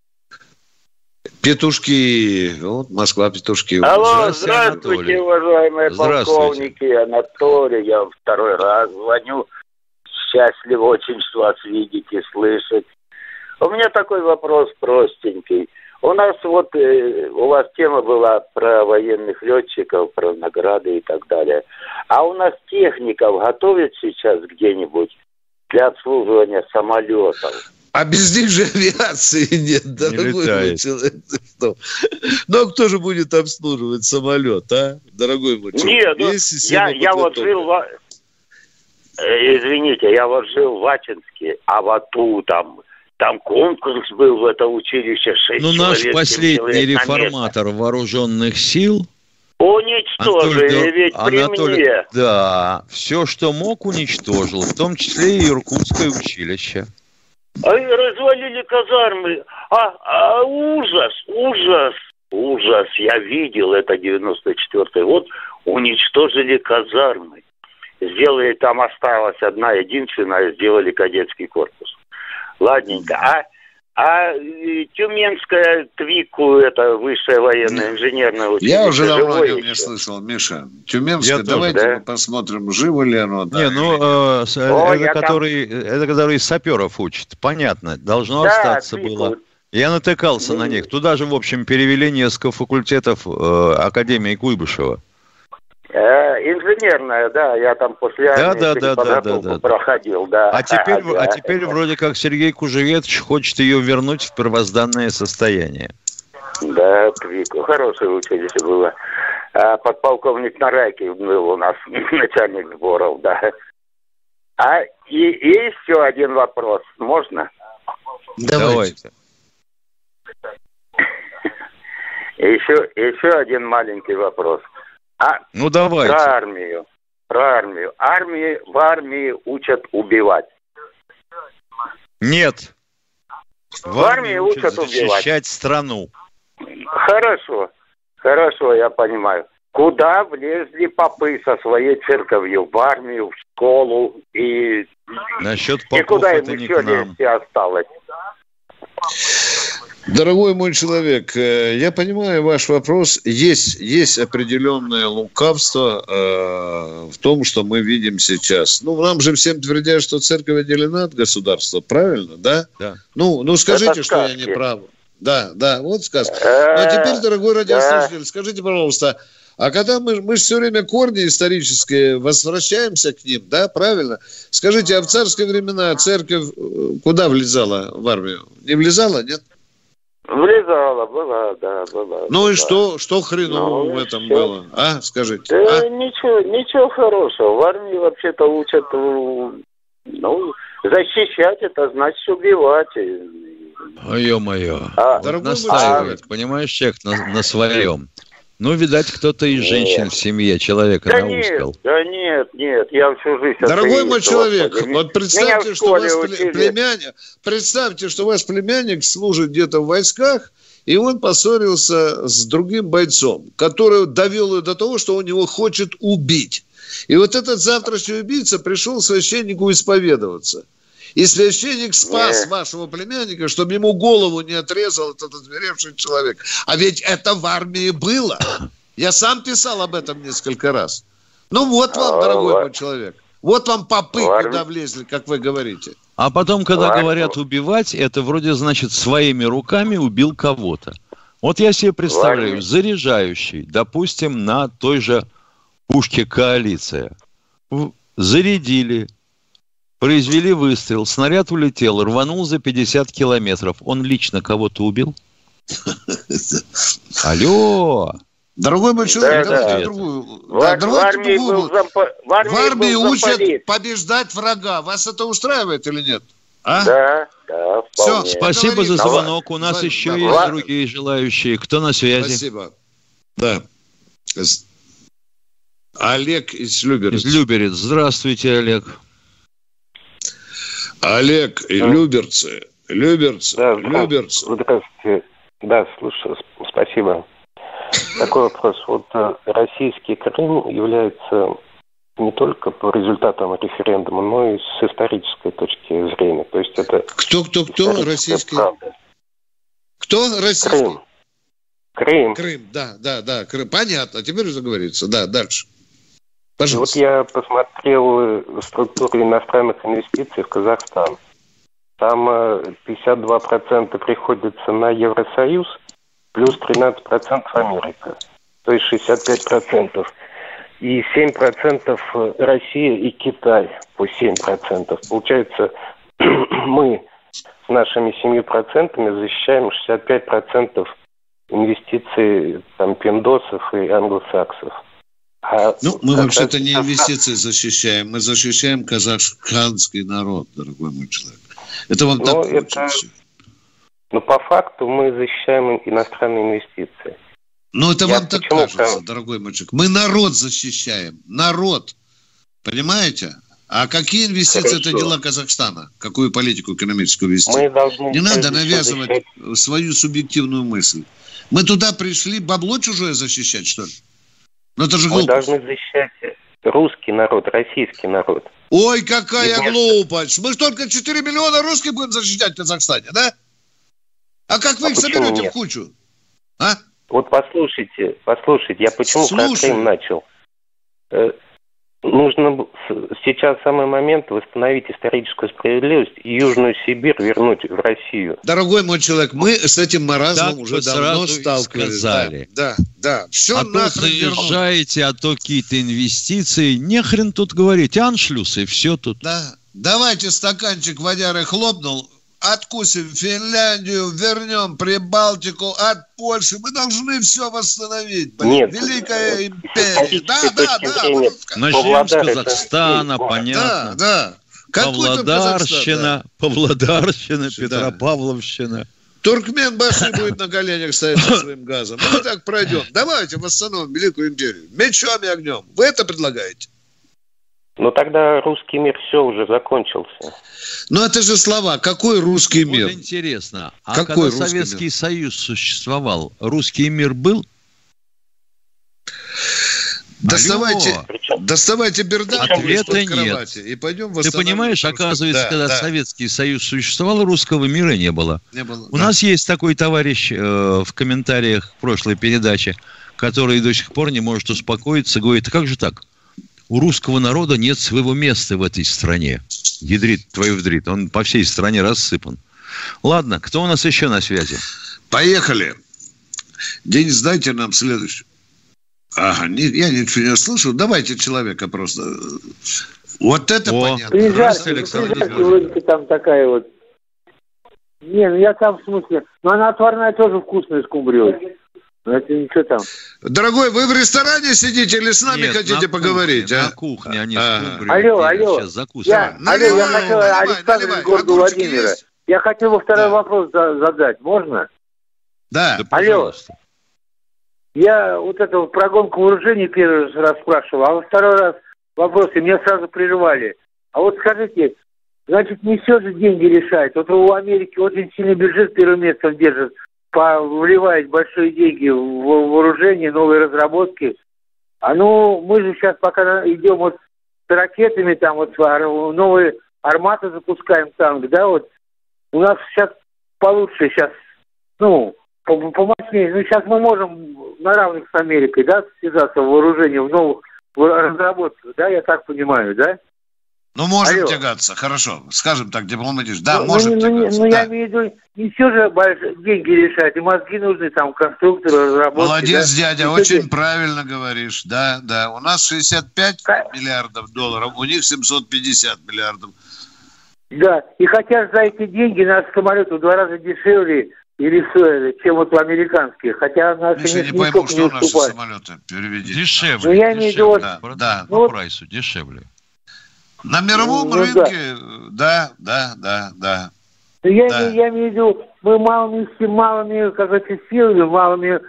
Петушки. Вот Москва, петушки. Алло, здравствуйте, уважаемые полковники. Анатолий, я второй раз звоню. Счастлив очень вас видеть и слышать. У меня такой вопрос простенький. У нас у вас тема была про военных летчиков, про награды и так далее. А у нас техников готовят сейчас где-нибудь для обслуживания самолетов? А без них же авиации нет, дорогой мой человек. Ну, кто же будет обслуживать самолет, а, дорогой мой человек? Нет, я вот жил извините, я вот жил в Ачинске, а в АТУ там конкурс был в это училище, 6 человек. Наш последний реформатор вооруженных сил уничтожили, ведь при мне. Да, все, что мог, уничтожил, в том числе и Иркутское училище. Развалили казармы. Ужас. Я видел, это 94-й год. Уничтожили казармы. Сделали, там осталась одна единственная, сделали кадетский корпус. Ладненько. Тюменская ТВИКу, это высшее военное инженерное училище. Я уже давно о нем не слышал, Миша. Тюменская, давайте мы посмотрим, живо ли оно. Это который саперов учит. Понятно, должно остаться ТВИКу. было. Я натыкался на них. Туда же, в общем, перевели несколько факультетов Академии Куйбышева. Инженерная, да, я там после армии подготовку проходил, да. А теперь вроде как Сергей Кужевец хочет ее вернуть в первозданное состояние. Да, ТВИКу. Хорошее училище было. Подполковник Нарайкин был у нас начальник сборов, да. И еще один вопрос. Можно? Давайте. Еще один маленький вопрос. Давайте. Про армию. В армии учат убивать. Нет. В армии учат защищать страну. Хорошо, я понимаю. Куда влезли попы со своей церковью? В армию, в школу и... Насчет попов куда это им не еще к нам. лезть осталось? Дорогой мой человек, я понимаю ваш вопрос. Есть определенное лукавство в том, что мы видим сейчас. Нам же всем твердят, что церковь отделена от государства, правильно, да? Да. Скажите, что я не прав. Да, вот сказка. А теперь, дорогой радиослушатель, скажите, пожалуйста, а когда мы же все время корни исторические, возвращаемся к ним, да, правильно? Скажите, а в царские времена церковь куда влезала в армию? Не влезала, нет? Влезала, была. Ну и что хреново в этом было? Скажите. Ничего хорошего. В армии вообще-то учат, защищать, это значит убивать. Ё-моё. Настаивает, понимаешь, человек на своем. Ну, видать, кто-то из женщин в семье человека наускал. Нет, я всю жизнь... Дорогой мой человек, вот представьте, что у вас племянник служит где-то в войсках, и он поссорился с другим бойцом, который довел его до того, что он его хочет убить. И вот этот завтрашний убийца пришел к священнику исповедоваться. И священник спас вашего племянника, чтобы ему голову не отрезал этот озверевший человек. А ведь это в армии было. Я сам писал об этом несколько раз. Ну вот вам, дорогой мой человек. Вот вам попы, куда влезли, как вы говорите. А потом, когда говорят убивать, это вроде значит своими руками убил кого-то. Вот я себе представляю, заряжающий, допустим, на той же пушке «Коалиция». Зарядили, произвели выстрел, снаряд улетел, рванул за 50 километров. Он лично кого-то убил? Алло! Дорогой мой человек, давайте другую. В армии учат побеждать врага. Вас это устраивает или нет? Да, все, спасибо за звонок. У нас еще есть другие желающие. Кто на связи? Спасибо. Да. Олег из Люберец. Здравствуйте, Олег. Олег и Люберцы. Здравствуйте. Да, слушаю. Спасибо. Такой вопрос. Вот российский Крым является не только по результатам референдума, но и с исторической точки зрения. То есть это... Кто российский? Правда. Кто российский? Крым. Да. Крым. Понятно. Теперь уже говорится. Да, дальше. Пожалуйста. Вот я посмотрел структуру иностранных инвестиций в Казахстан. Там 52% приходится на Евросоюз, плюс 13% Америка. То есть 65%. И 7% Россия и Китай по 7%. Получается, мы с нашими 7% защищаем 65% инвестиций пиндосов и англосаксов. Мы вообще-то не инвестиции защищаем, мы защищаем казахстанский народ, дорогой мой человек. Это вам так получится. По факту мы защищаем иностранные инвестиции. Это вам так кажется, дорогой мой человек. Мы народ защищаем. Народ. Понимаете? А какие инвестиции это дела Казахстана? Какую политику экономическую вести? Не надо навязывать свою субъективную мысль. Мы туда пришли бабло чужое защищать, что ли? Это же глупость. Мы должны защищать русский народ, российский народ. Ой, какая глупость! Мы же только 4 миллиона русских будем защищать в Казахстане, да? А как вы их соберете в кучу? Вот послушайте, я почему про Крым начал? Нужно сейчас самый момент восстановить историческую справедливость и Южную Сибирь вернуть в Россию. Дорогой мой человек, мы с этим маразмом уже давно сталкивались. Да. Все нахрен заезжаете, а то какие-то инвестиции. Нехрен тут говорить, аншлюс, и все тут. Да. Давайте стаканчик водяры хлопнул, откусим Финляндию, вернем Прибалтику от Польши. Мы должны все восстановить. Нет. Великая империя. Да. Начнем с Казахстана, понятно. Да. Павлодарщина, Петропавловщина. Туркменбаши будет на коленях стоять со своим газом. Мы так пройдем. Давайте восстановим Великую империю. Мечом и огнем. Вы это предлагаете? Тогда русский мир все уже закончился. Это же слова. Какой русский мир? Интересно. А когда Советский Союз существовал, русский мир был? Доставайте бердак. Ответа нет. И пойдем. Ты понимаешь, оказывается, когда Советский Союз существовал, русского мира не было. У нас есть такой товарищ в комментариях к прошлой передаче, который до сих пор не может успокоиться, говорит, как же так? У русского народа нет своего места в этой стране. Ядрит твою вдрит. Он по всей стране рассыпан. Ладно, кто у нас еще на связи? Поехали. Денис, дайте нам следующий. Я ничего не слышу. Давайте человека просто. Вот это понятно. Приезжайте, там такая вот. Не, ну я там в смысле... Ну она отварная тоже вкусная скумбрия. Это ничего там. Дорогой, вы в ресторане сидите или с нами Нет, хотите поговорить? На кухне, они скумбрию. Алло. Сейчас закусывают. Я хотел, Александр из города Владимира. Я хотел во второй вопрос задать. Можно? Да. Алло. Я вот это про гонку вооружений первый раз спрашивал, а во второй раз вопрос, и меня сразу прервали. А вот скажите, значит, не все же деньги решает. Вот у Америки очень сильный бюджет первым местом держит, вливает большие деньги в вооружение, новые разработки. А ну, мы же сейчас пока идем вот с ракетами, там вот новые арматы запускаем, танк, да, вот. У нас сейчас получше, сейчас, ну, помощнее. Ну, сейчас мы можем на равных с Америкой, да, связаться в вооружении, в новых разработках, да, я так понимаю, да? Ну, можем тягаться, хорошо, скажем так, дипломатично. Да, можем тягаться. Ну, я имею в виду, не все же деньги решают, и мозги нужны, там, конструкторы, разработки. Молодец, да? Дядя, очень правильно говоришь, да. У нас 65 миллиардов долларов, у них 750 миллиардов. Да, и хотя за эти деньги наш самолет в 2 раза дешевле, чем вот у американских. Хотя наши не пойму, что наши самолеты переведи. Дешевле. Ну, я имею в виду... Да. По прайсу дешевле. На мировом рынке, да. Ну, я имею в виду, мы малыми, как говорится, силами, малыми,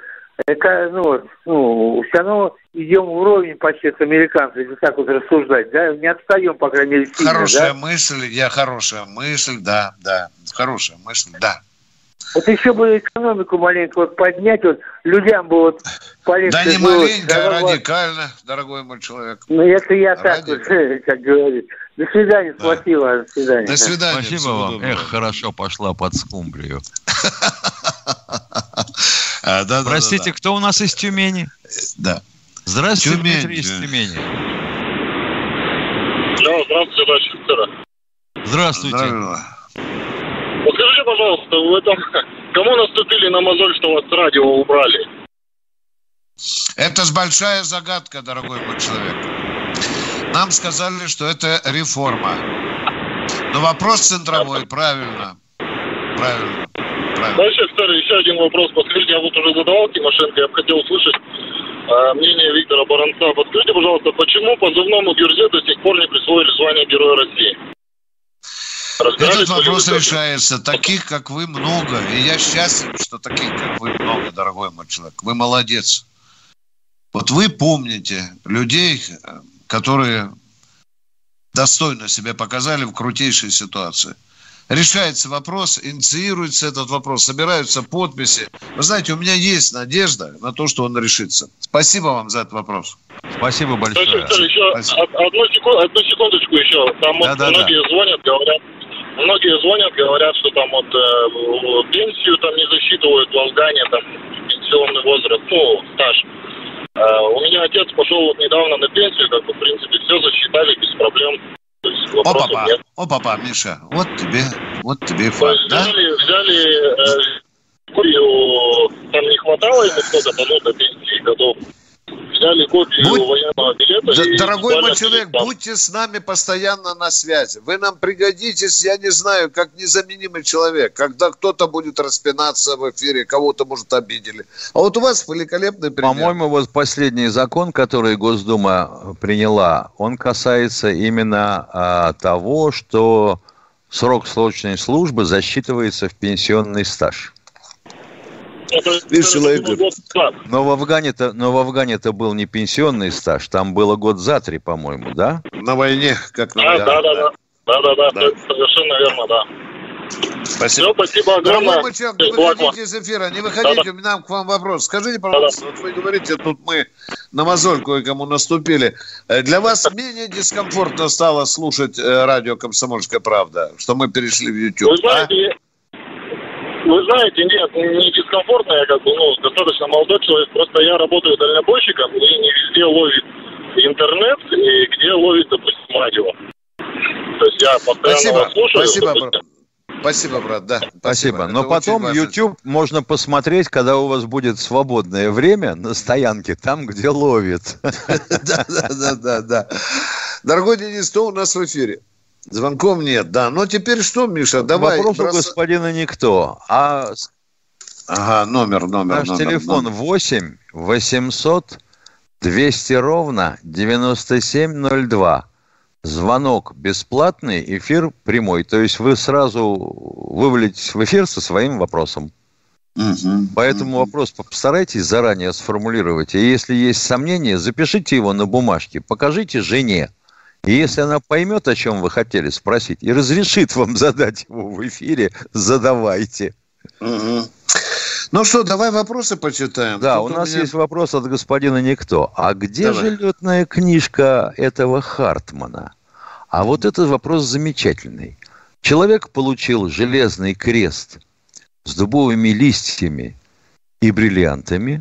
все равно идем вровень почти с американцами, если так вот рассуждать, да, не отстаем, по крайней мере, сильно, хорошая да? Хорошая мысль, да, хорошая мысль, да. Вот еще бы экономику маленько вот поднять, вот людям бы вот полегче. Да не маленько, а радикально, дорогой мой человек. Ну, это я так вот, как говорит. До свидания, спасибо, до свидания. До свидания. Спасибо вам. Хорошо пошла под скумбрию. Простите, кто у нас из Тюмени? Да. Здравствуйте, Дмитрий из Тюмени. Да, здравствуйте, товарищ офицер. Здравствуйте. Вот скажите, пожалуйста, вы там кому наступили на мозоль, что вас с радио убрали? Это ж большая загадка, дорогой мой человек. Нам сказали, что это реформа. Но вопрос центровой, правильно. Дальше, офицер, еще один вопрос. Подскажите, я вот уже задавал Тимошенко, я бы хотел услышать мнение Виктора Баранца. Подскажите, пожалуйста, почему позывному Гюрзе до сих пор не присвоили звание Героя России? Этот вопрос решается. Таких, как вы, много. И я счастлив, что таких, как вы, много, дорогой мой человек. Вы молодец. Вот вы помните людей, которые достойно себя показали в крутейшей ситуации. Решается вопрос, инициируется этот вопрос, собираются подписи. Вы знаете, у меня есть надежда на то, что он решится. Спасибо вам за этот вопрос. Спасибо большое. Еще одну секундочку еще. Там многие звонят, говорят, что там вот пенсию там не засчитывают в Афгане, там пенсионный возраст, стаж. У меня отец пошел вот недавно на пенсию, как бы, в принципе, все засчитали без проблем. Опа, Миша, вот тебе факт, да? Взяли копию, там не хватало ему сколько-то, до 50 годов. Взяли копию военного билета. Дорогой мой человек, будьте с нами постоянно на связи. Вы нам пригодитесь, я не знаю, как незаменимый человек. Когда кто-то будет распинаться в эфире, кого-то, может, обидели. А вот у вас великолепный пример. По-моему, вот последний закон, который Госдума приняла, он касается именно того, что срок срочной службы засчитывается в пенсионный стаж. Но в Афгане-то был не пенсионный стаж, там было год за 3, по-моему, да? На войне, как на войне. Да, совершенно верно, да. Спасибо. Все, спасибо огромное. Дорогой человек, не выходите из эфира, не выходите, у меня к вам вопрос. Скажите, пожалуйста, вот вы говорите, тут мы на мозоль кое-кому наступили. Для вас менее дискомфортно стало слушать радио «Комсомольская правда», что мы перешли в YouTube, Вы знаете, нет, не дискомфортно, я достаточно молодой человек, просто я работаю дальнобойщиком, и не везде ловит интернет, и где ловит, допустим, радио. То есть я постоянно вас слушаю. Спасибо, брат, да. Спасибо. Но потом YouTube можно посмотреть, когда у вас будет свободное время на стоянке, там, где ловит. Да. Дорогой Денис, кто у нас в эфире? Звонков нет, да. Но теперь что, Миша, давай. Вопрос у господина никто. Ага, номер. Наш телефон 8 800 200 ровно 9702. Звонок бесплатный, эфир прямой. То есть вы сразу вывалитесь в эфир со своим вопросом. Поэтому вопрос постарайтесь заранее сформулировать. И если есть сомнения, запишите его на бумажке, покажите жене. И если она поймет, о чем вы хотели спросить, и разрешит вам задать его в эфире, задавайте. Ну что, давай вопросы почитаем. Да, у нас есть вопрос от господина Никто. А где же летная книжка этого Хартмана? А вот этот вопрос замечательный. Человек получил железный крест с дубовыми листьями и бриллиантами.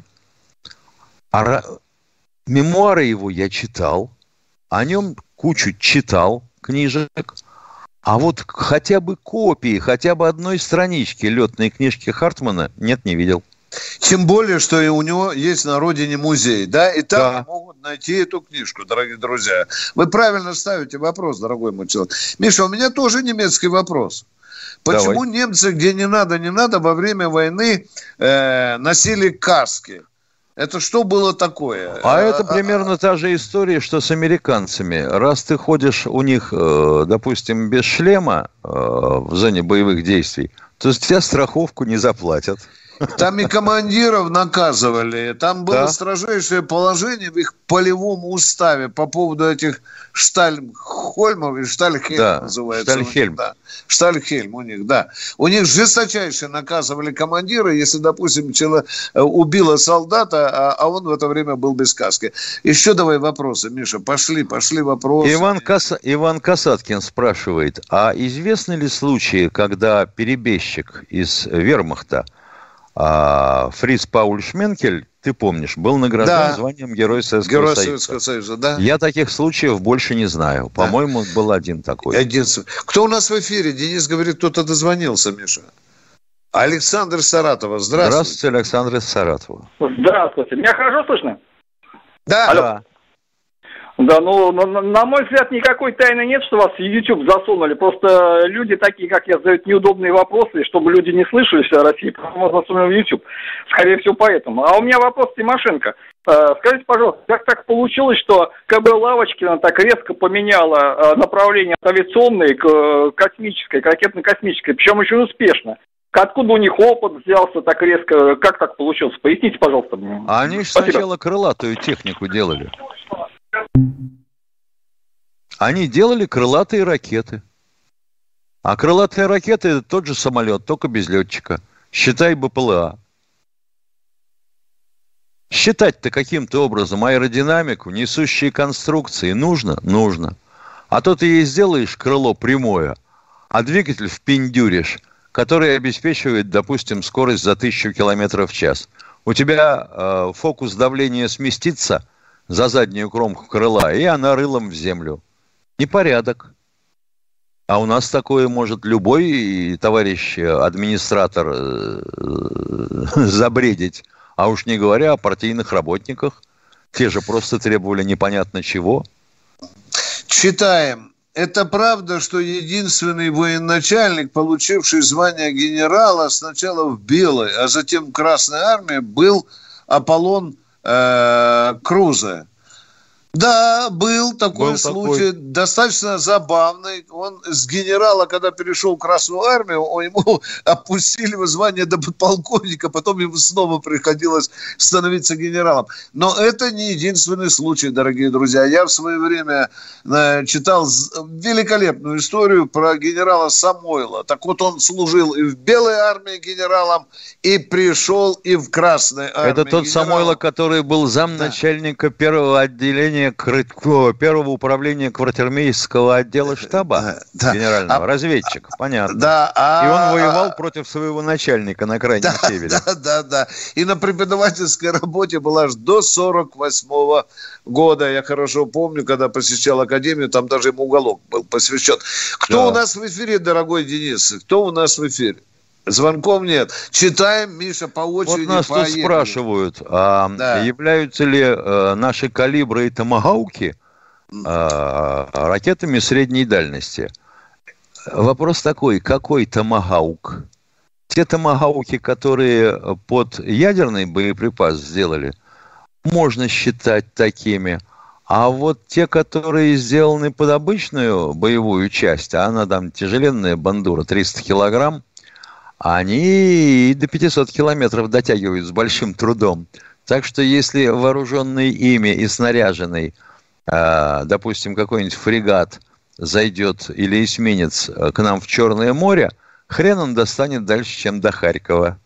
А мемуары его я читал. О нем кучу читал книжек. А вот хотя бы копии, хотя бы одной странички летной книжки Хартмана нет, не видел. Тем более, что и у него есть на родине музей, да? И там могут найти эту книжку, дорогие друзья. Вы правильно ставите вопрос, дорогой мой человек. Миша, у меня тоже немецкий вопрос. Почему немцы, где не надо, во время войны носили каски? Это что было такое? А это примерно та же история, что с американцами. Раз ты ходишь у них, допустим, без шлема в зоне боевых действий, то с тебя страховку не заплатят. Там и командиров наказывали. Там было строжайшее положение в их полевом уставе по поводу этих Штальхольмов и Штальхельм называется. Штальхельм. Штальхельм у них, да. У них жесточайше наказывали командира, если, допустим, человек убило солдата, а он в это время был без каски. Еще давай вопросы, Миша. Пошли вопросы. Иван Касаткин спрашивает, а известны ли случаи, когда перебежчик из вермахта Фриц Пауль Шменкель, ты помнишь, был награжден званием Героя Советского Союза. Да. Я таких случаев больше не знаю. По-моему, был один такой. Кто у нас в эфире? Денис говорит, кто-то дозвонился, Миша. Александр Саратова. Здравствуйте. Здравствуйте, Александр из Саратова. Здравствуйте. Меня хорошо слышно? Да. Алло. Да, ну, на мой взгляд, никакой тайны нет, что вас в YouTube засунули. Просто люди такие, как я, задают неудобные вопросы, чтобы люди не слышали все о России, потому что засунули в YouTube. Скорее всего, поэтому. А у меня вопрос Тимошенко. Скажите, пожалуйста, как так получилось, что КБ Лавочкина так резко поменяла направление от авиационной к космической, к ракетно-космической, причем очень успешно? Откуда у них опыт взялся так резко? Как так получилось? Поясните, пожалуйста, мне. А они же сначала крылатую технику делали. Они делали крылатые ракеты. А крылатые ракеты – это тот же самолет, только без летчика. Считай БПЛА. Считать-то каким-то образом аэродинамику, несущие конструкции нужно? Нужно. А то ты ей сделаешь крыло прямое, а двигатель впендюришь, который обеспечивает, допустим, скорость за 1000 км в час. У тебя фокус давления сместится за заднюю кромку крыла, и она рылом в землю. Непорядок. А у нас такое может любой товарищ администратор забредить. А уж не говоря о партийных работниках. Те же просто требовали непонятно чего. Читаем. Это правда, что единственный военачальник, получивший звание генерала сначала в Белой, а затем в Красной армии, был Аполлон Крузе? Да, был такой случай, достаточно забавный. Он с генерала, когда перешел в Красную армию, ему опустили звание до подполковника, потом ему снова приходилось становиться генералом. Но это не единственный случай, дорогие друзья. Я в свое время читал великолепную историю про генерала Самойла. Так вот, он служил и в Белой армии генералом, и пришел и в Красной армии. Это тот Самойло, который был замначальника первого отделения первого управления квартирмейского отдела штаба генерального, разведчик, понятно. Да, и он воевал против своего начальника на Крайнем Севере. Да. И на преподавательской работе был аж до 48-го года. Я хорошо помню, когда посещал академию, там даже ему уголок был посвящен. Кто у нас в эфире, дорогой Денис? Кто у нас в эфире? Звонков нет. Читаем, Миша, по очереди. Вот нас тут спрашивают, являются ли наши калибры и томагауки ракетами средней дальности. вопрос такой, какой томагаук? Те томагауки, которые под ядерный боеприпас сделали, можно считать такими. А вот те, которые сделаны под обычную боевую часть, а она там тяжеленная бандура, 300 килограмм, они до 500 километров дотягивают с большим трудом. Так что если вооруженный ими и снаряженный, допустим, какой-нибудь фрегат зайдет или эсминец к нам в Черное море, хрен он достанет дальше, чем до Харькова.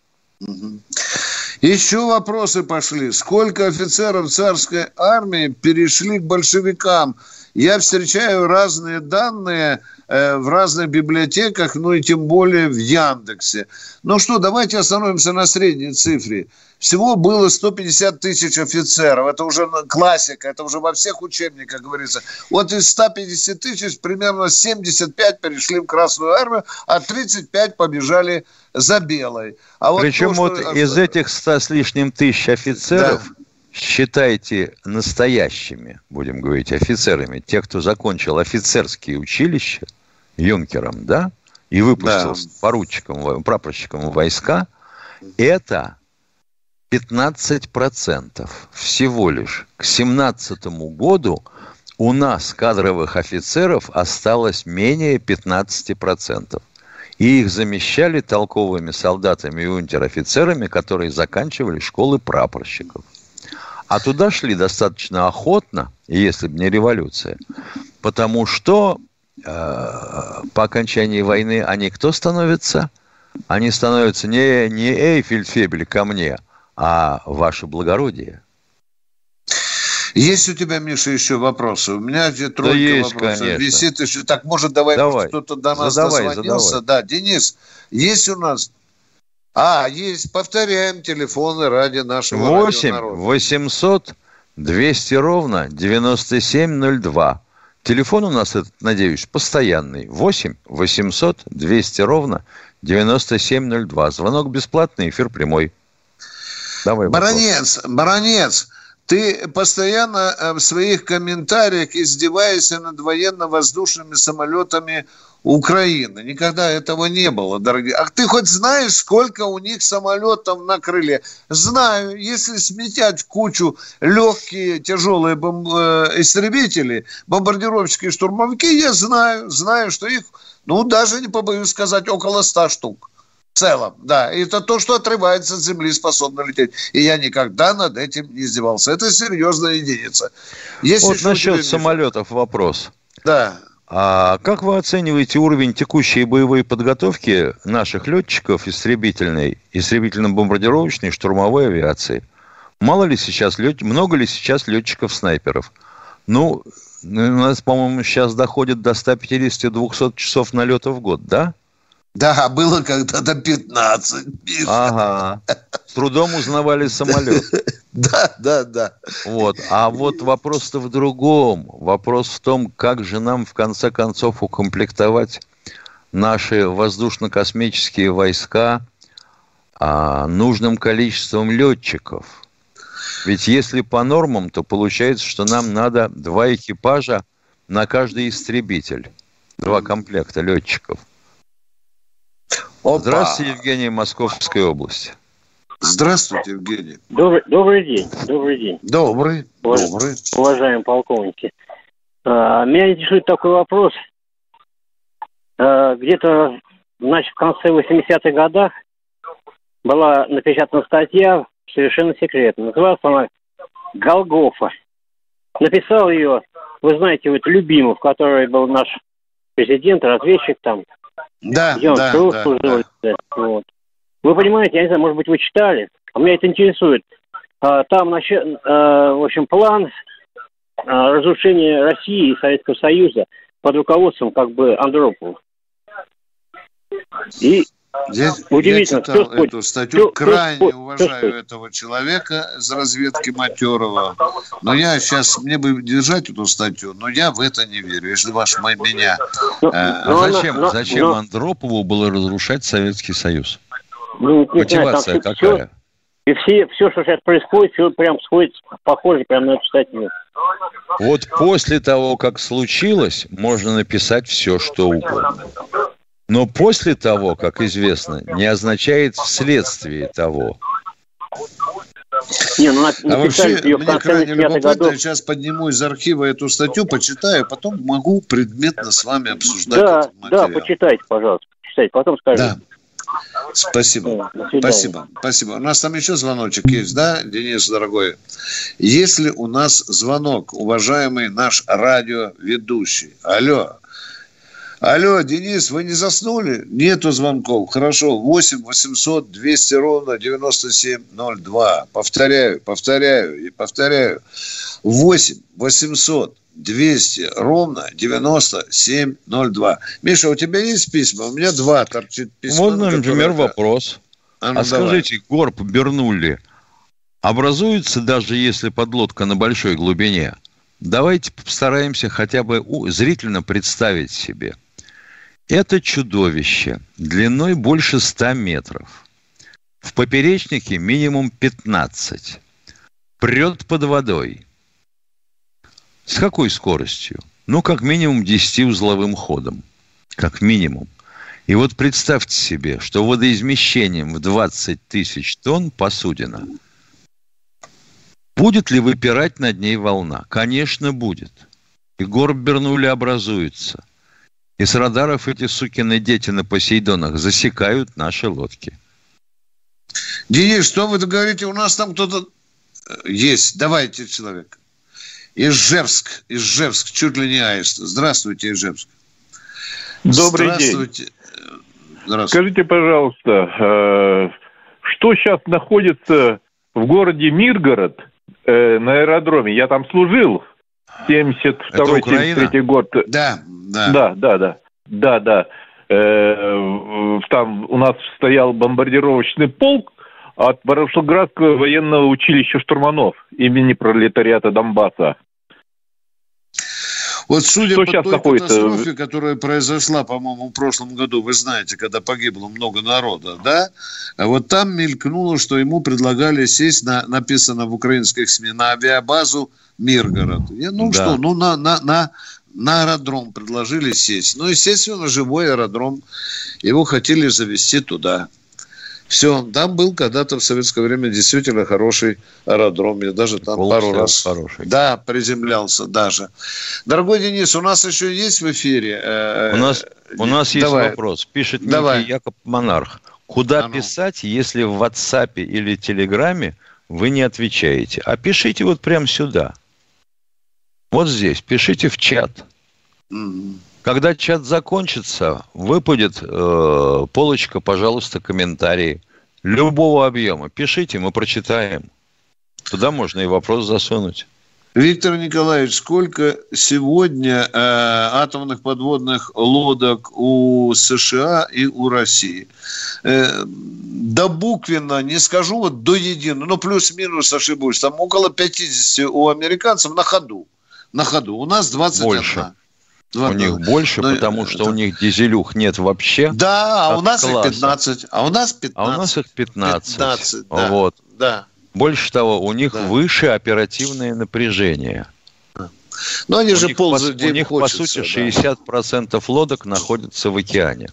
Еще вопросы пошли. Сколько офицеров царской армии перешли к большевикам? Я встречаю разные данные в разных библиотеках, ну и тем более в Яндексе. Ну что, давайте остановимся на средней цифре. Всего было 150 тысяч офицеров. Это уже классика, это уже во всех учебниках говорится. Вот из 150 тысяч примерно 75 перешли в Красную армию, а 35 побежали за белой. А вот причем то, что... из этих 100 с лишним тысяч офицеров, да, считайте настоящими, будем говорить, офицерами, те, кто закончил офицерские училища, юнкером, да, и выпустился поручиком, прапорщиком войска, это 15% всего лишь. К 2017 году у нас кадровых офицеров осталось менее 15%. И их замещали толковыми солдатами и унтер-офицерами, которые заканчивали школы прапорщиков. А туда шли достаточно охотно, если бы не революция, потому что по окончании войны они кто становятся? Они становятся не «Эй, фельдфебель, ко мне», а «Ваше благородие». Есть у тебя, Миша, еще вопросы? У меня где тройка есть, вопросов. Конечно. Висит еще. Так, может, давай. Кто-то до нас дозвонился. Да, Денис, есть у нас... есть. Повторяем телефоны ради нашего 8-800-200-97-02. Телефон у нас, надеюсь, постоянный. 8-800-200-97-02. Звонок бесплатный, эфир прямой. Давай. Баронец, ты постоянно в своих комментариях издеваешься над военно-воздушными самолетами Украины. Никогда этого не было, дорогие. А ты хоть знаешь, сколько у них самолетов на крыле? Знаю. Если сметять в кучу легкие, тяжелые истребители, бомбардировщики и штурмовики, я знаю, что их, даже не побоюсь сказать, около 100 штук. В целом, да. И это то, что отрывается от земли, способно лететь. И я никогда над этим не издевался. Это серьезная единица. Есть вот насчет самолетов вопрос. Да. А как вы оцениваете уровень текущей боевой подготовки наших летчиков истребительно-бомбардировочной штурмовой авиации? Много ли сейчас летчиков-снайперов? У нас, по-моему, сейчас доходит до 150-200 часов налета в год, да? Да, было когда-то 15. Ага. С трудом узнавали самолет. Да. Вот. А вот вопрос-то в другом. Вопрос в том, как же нам в конце концов укомплектовать наши воздушно-космические войска нужным количеством летчиков. Ведь если по нормам, то получается, что нам надо 2 экипажа на каждый истребитель. 2 комплекта летчиков. Опа. Здравствуйте, Евгений, Московская область. Здравствуйте, Евгений. Добрый день. Добрый. Уважаемые полковники. Меня интересует такой вопрос. Где-то, в конце 80-х годах была напечатана статья совершенно секретно. Называлась она «Голгофа». Написал ее, вы знаете, Любимов, который был наш президент, разведчик там. Да. Вот. Вы понимаете, я не знаю, может быть, вы читали, а меня это интересует. Там, в общем, план разрушения России и Советского Союза под руководством Андропова. И удивительно, я читал эту статью, крайне уважаю этого человека из разведки матерого. Но я сейчас, мне бы держать эту статью, но я в это не верю, если меня... Зачем Андропову было разрушать Советский Союз? Мотивация какая? И все, что сейчас происходит, все прям похоже прямо на эту статью. Вот после того, как случилось, можно написать все, что угодно. Но после того, как известно, не означает вследствие того. Вообще, мне крайне любопытно, я сейчас подниму из архива эту статью, почитаю, потом могу предметно с вами обсуждать этот материал. Да, почитайте, пожалуйста, потом скажите. Да. Спасибо. Спасибо. У нас там еще звоночек есть, да, Денис, дорогой? Если у нас звонок, уважаемый наш радиоведущий. Алло, Денис, вы не заснули? Нету звонков. Хорошо. 8 800 200 ровно 9702. Повторяю. 8 800 200 ровно 9702. Миша, у тебя есть письма? У меня 2 торчит письма. Вот, например, вопрос. Скажите, горб Бернулли образуется, даже если подлодка на большой глубине? Давайте постараемся хотя бы зрительно представить себе. Это чудовище длиной больше 100 метров. В поперечнике минимум 15. Прет под водой. С какой скоростью? Как минимум 10-узловым ходом. Как минимум. И вот представьте себе, что водоизмещением в 20 тысяч тонн посудина. Будет ли выпирать над ней волна? Конечно, будет. И горб Бернулли образуется. И с радаров эти сукины дети на Посейдонах засекают наши лодки. Денис, что вы говорите? У нас там кто-то есть. Давайте человека. Ижевск, чуть ли не аист. Здравствуйте, Ижевск. Добрый день. Скажите, пожалуйста, что сейчас находится в городе Миргород на аэродроме? Я там служил. 72-73 год. Да. Там у нас стоял бомбардировочный полк от Ворошиловградского военного училища штурманов имени пролетариата Донбасса. Вот судя по той катастрофе, которая произошла, по-моему, в прошлом году, вы знаете, когда погибло много народа, да? А вот там мелькнуло, что ему предлагали сесть, написано в украинских СМИ, на авиабазу Миргород. На аэродром предложили сесть. Естественно, живой аэродром. Его хотели завести туда. Все, там был когда-то в советское время действительно хороший аэродром. Я даже там пару раз приземлялся даже. Дорогой Денис, у нас еще есть в эфире? У нас есть вопрос. Пишет некий Якоб Монарх. Куда писать, если в WhatsApp или Телеграме вы не отвечаете? А пишите вот прямо сюда. Вот здесь. Пишите в чат. Когда чат закончится, выпадет полочка, пожалуйста, комментарии любого объема. Пишите, мы прочитаем. Туда можно и вопрос засунуть. Виктор Николаевич, сколько сегодня атомных подводных лодок у США и у России? До буквенно, не скажу вот до единого, но плюс-минус ошибусь. Там около 50 у американцев на ходу. У нас 21. Больше. У них больше, потому что у них дизелюх нет вообще. Да, а у нас их 15. А у нас их 15. Вот. Да. Больше того, у них выше оперативное напряжение. Но они же ползают. У них, по сути, 60% лодок находятся в океане.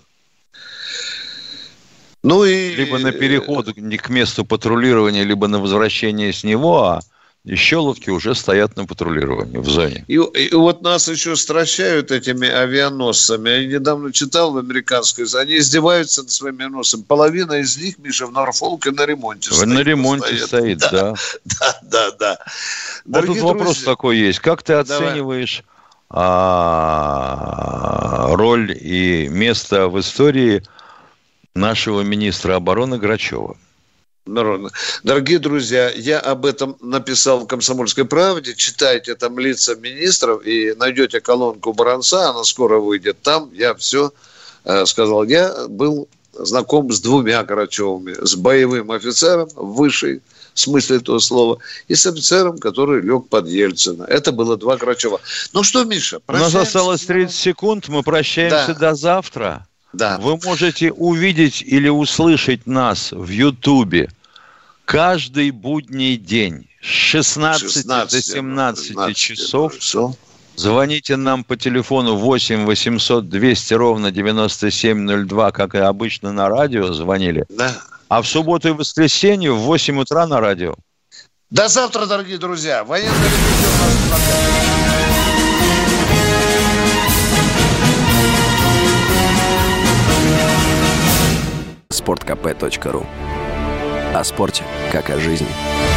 Либо на переход к месту патрулирования, либо на возвращение с него, а еще лодки уже стоят на патрулировании в зоне. И вот нас еще стращают этими авианосцами. Я недавно читал в американской, они издеваются над своими авианосцами. Половина из них, Миша, в Норфолке на ремонте стоит. На ремонте стоит, да. Да. Вот тут вопрос такой есть. Как ты оцениваешь роль и место в истории нашего министра обороны Грачева? Дорогие друзья, я об этом написал в «Комсомольской правде». Читайте там лица министров и найдете колонку Баранца, она скоро выйдет. Там я все сказал. Я был знаком с 2 Грачевыми. С боевым офицером в высшей смысле этого слова и с офицером, который лег под Ельцина. Это было 2 Грачева. Ну что, Миша, прощаемся. У нас осталось 30 секунд. Мы прощаемся до завтра. Да. Вы можете увидеть или услышать нас в Ютубе каждый будний день с 16 до 17 часов Звоните нам по телефону 8 800 200 ровно 9702, как и обычно на радио звонили. Да. А в субботу и воскресенье в 8 утра на радио. До завтра, дорогие друзья. Военное ревю у нас sportkp.ru. О спорте, как о жизни.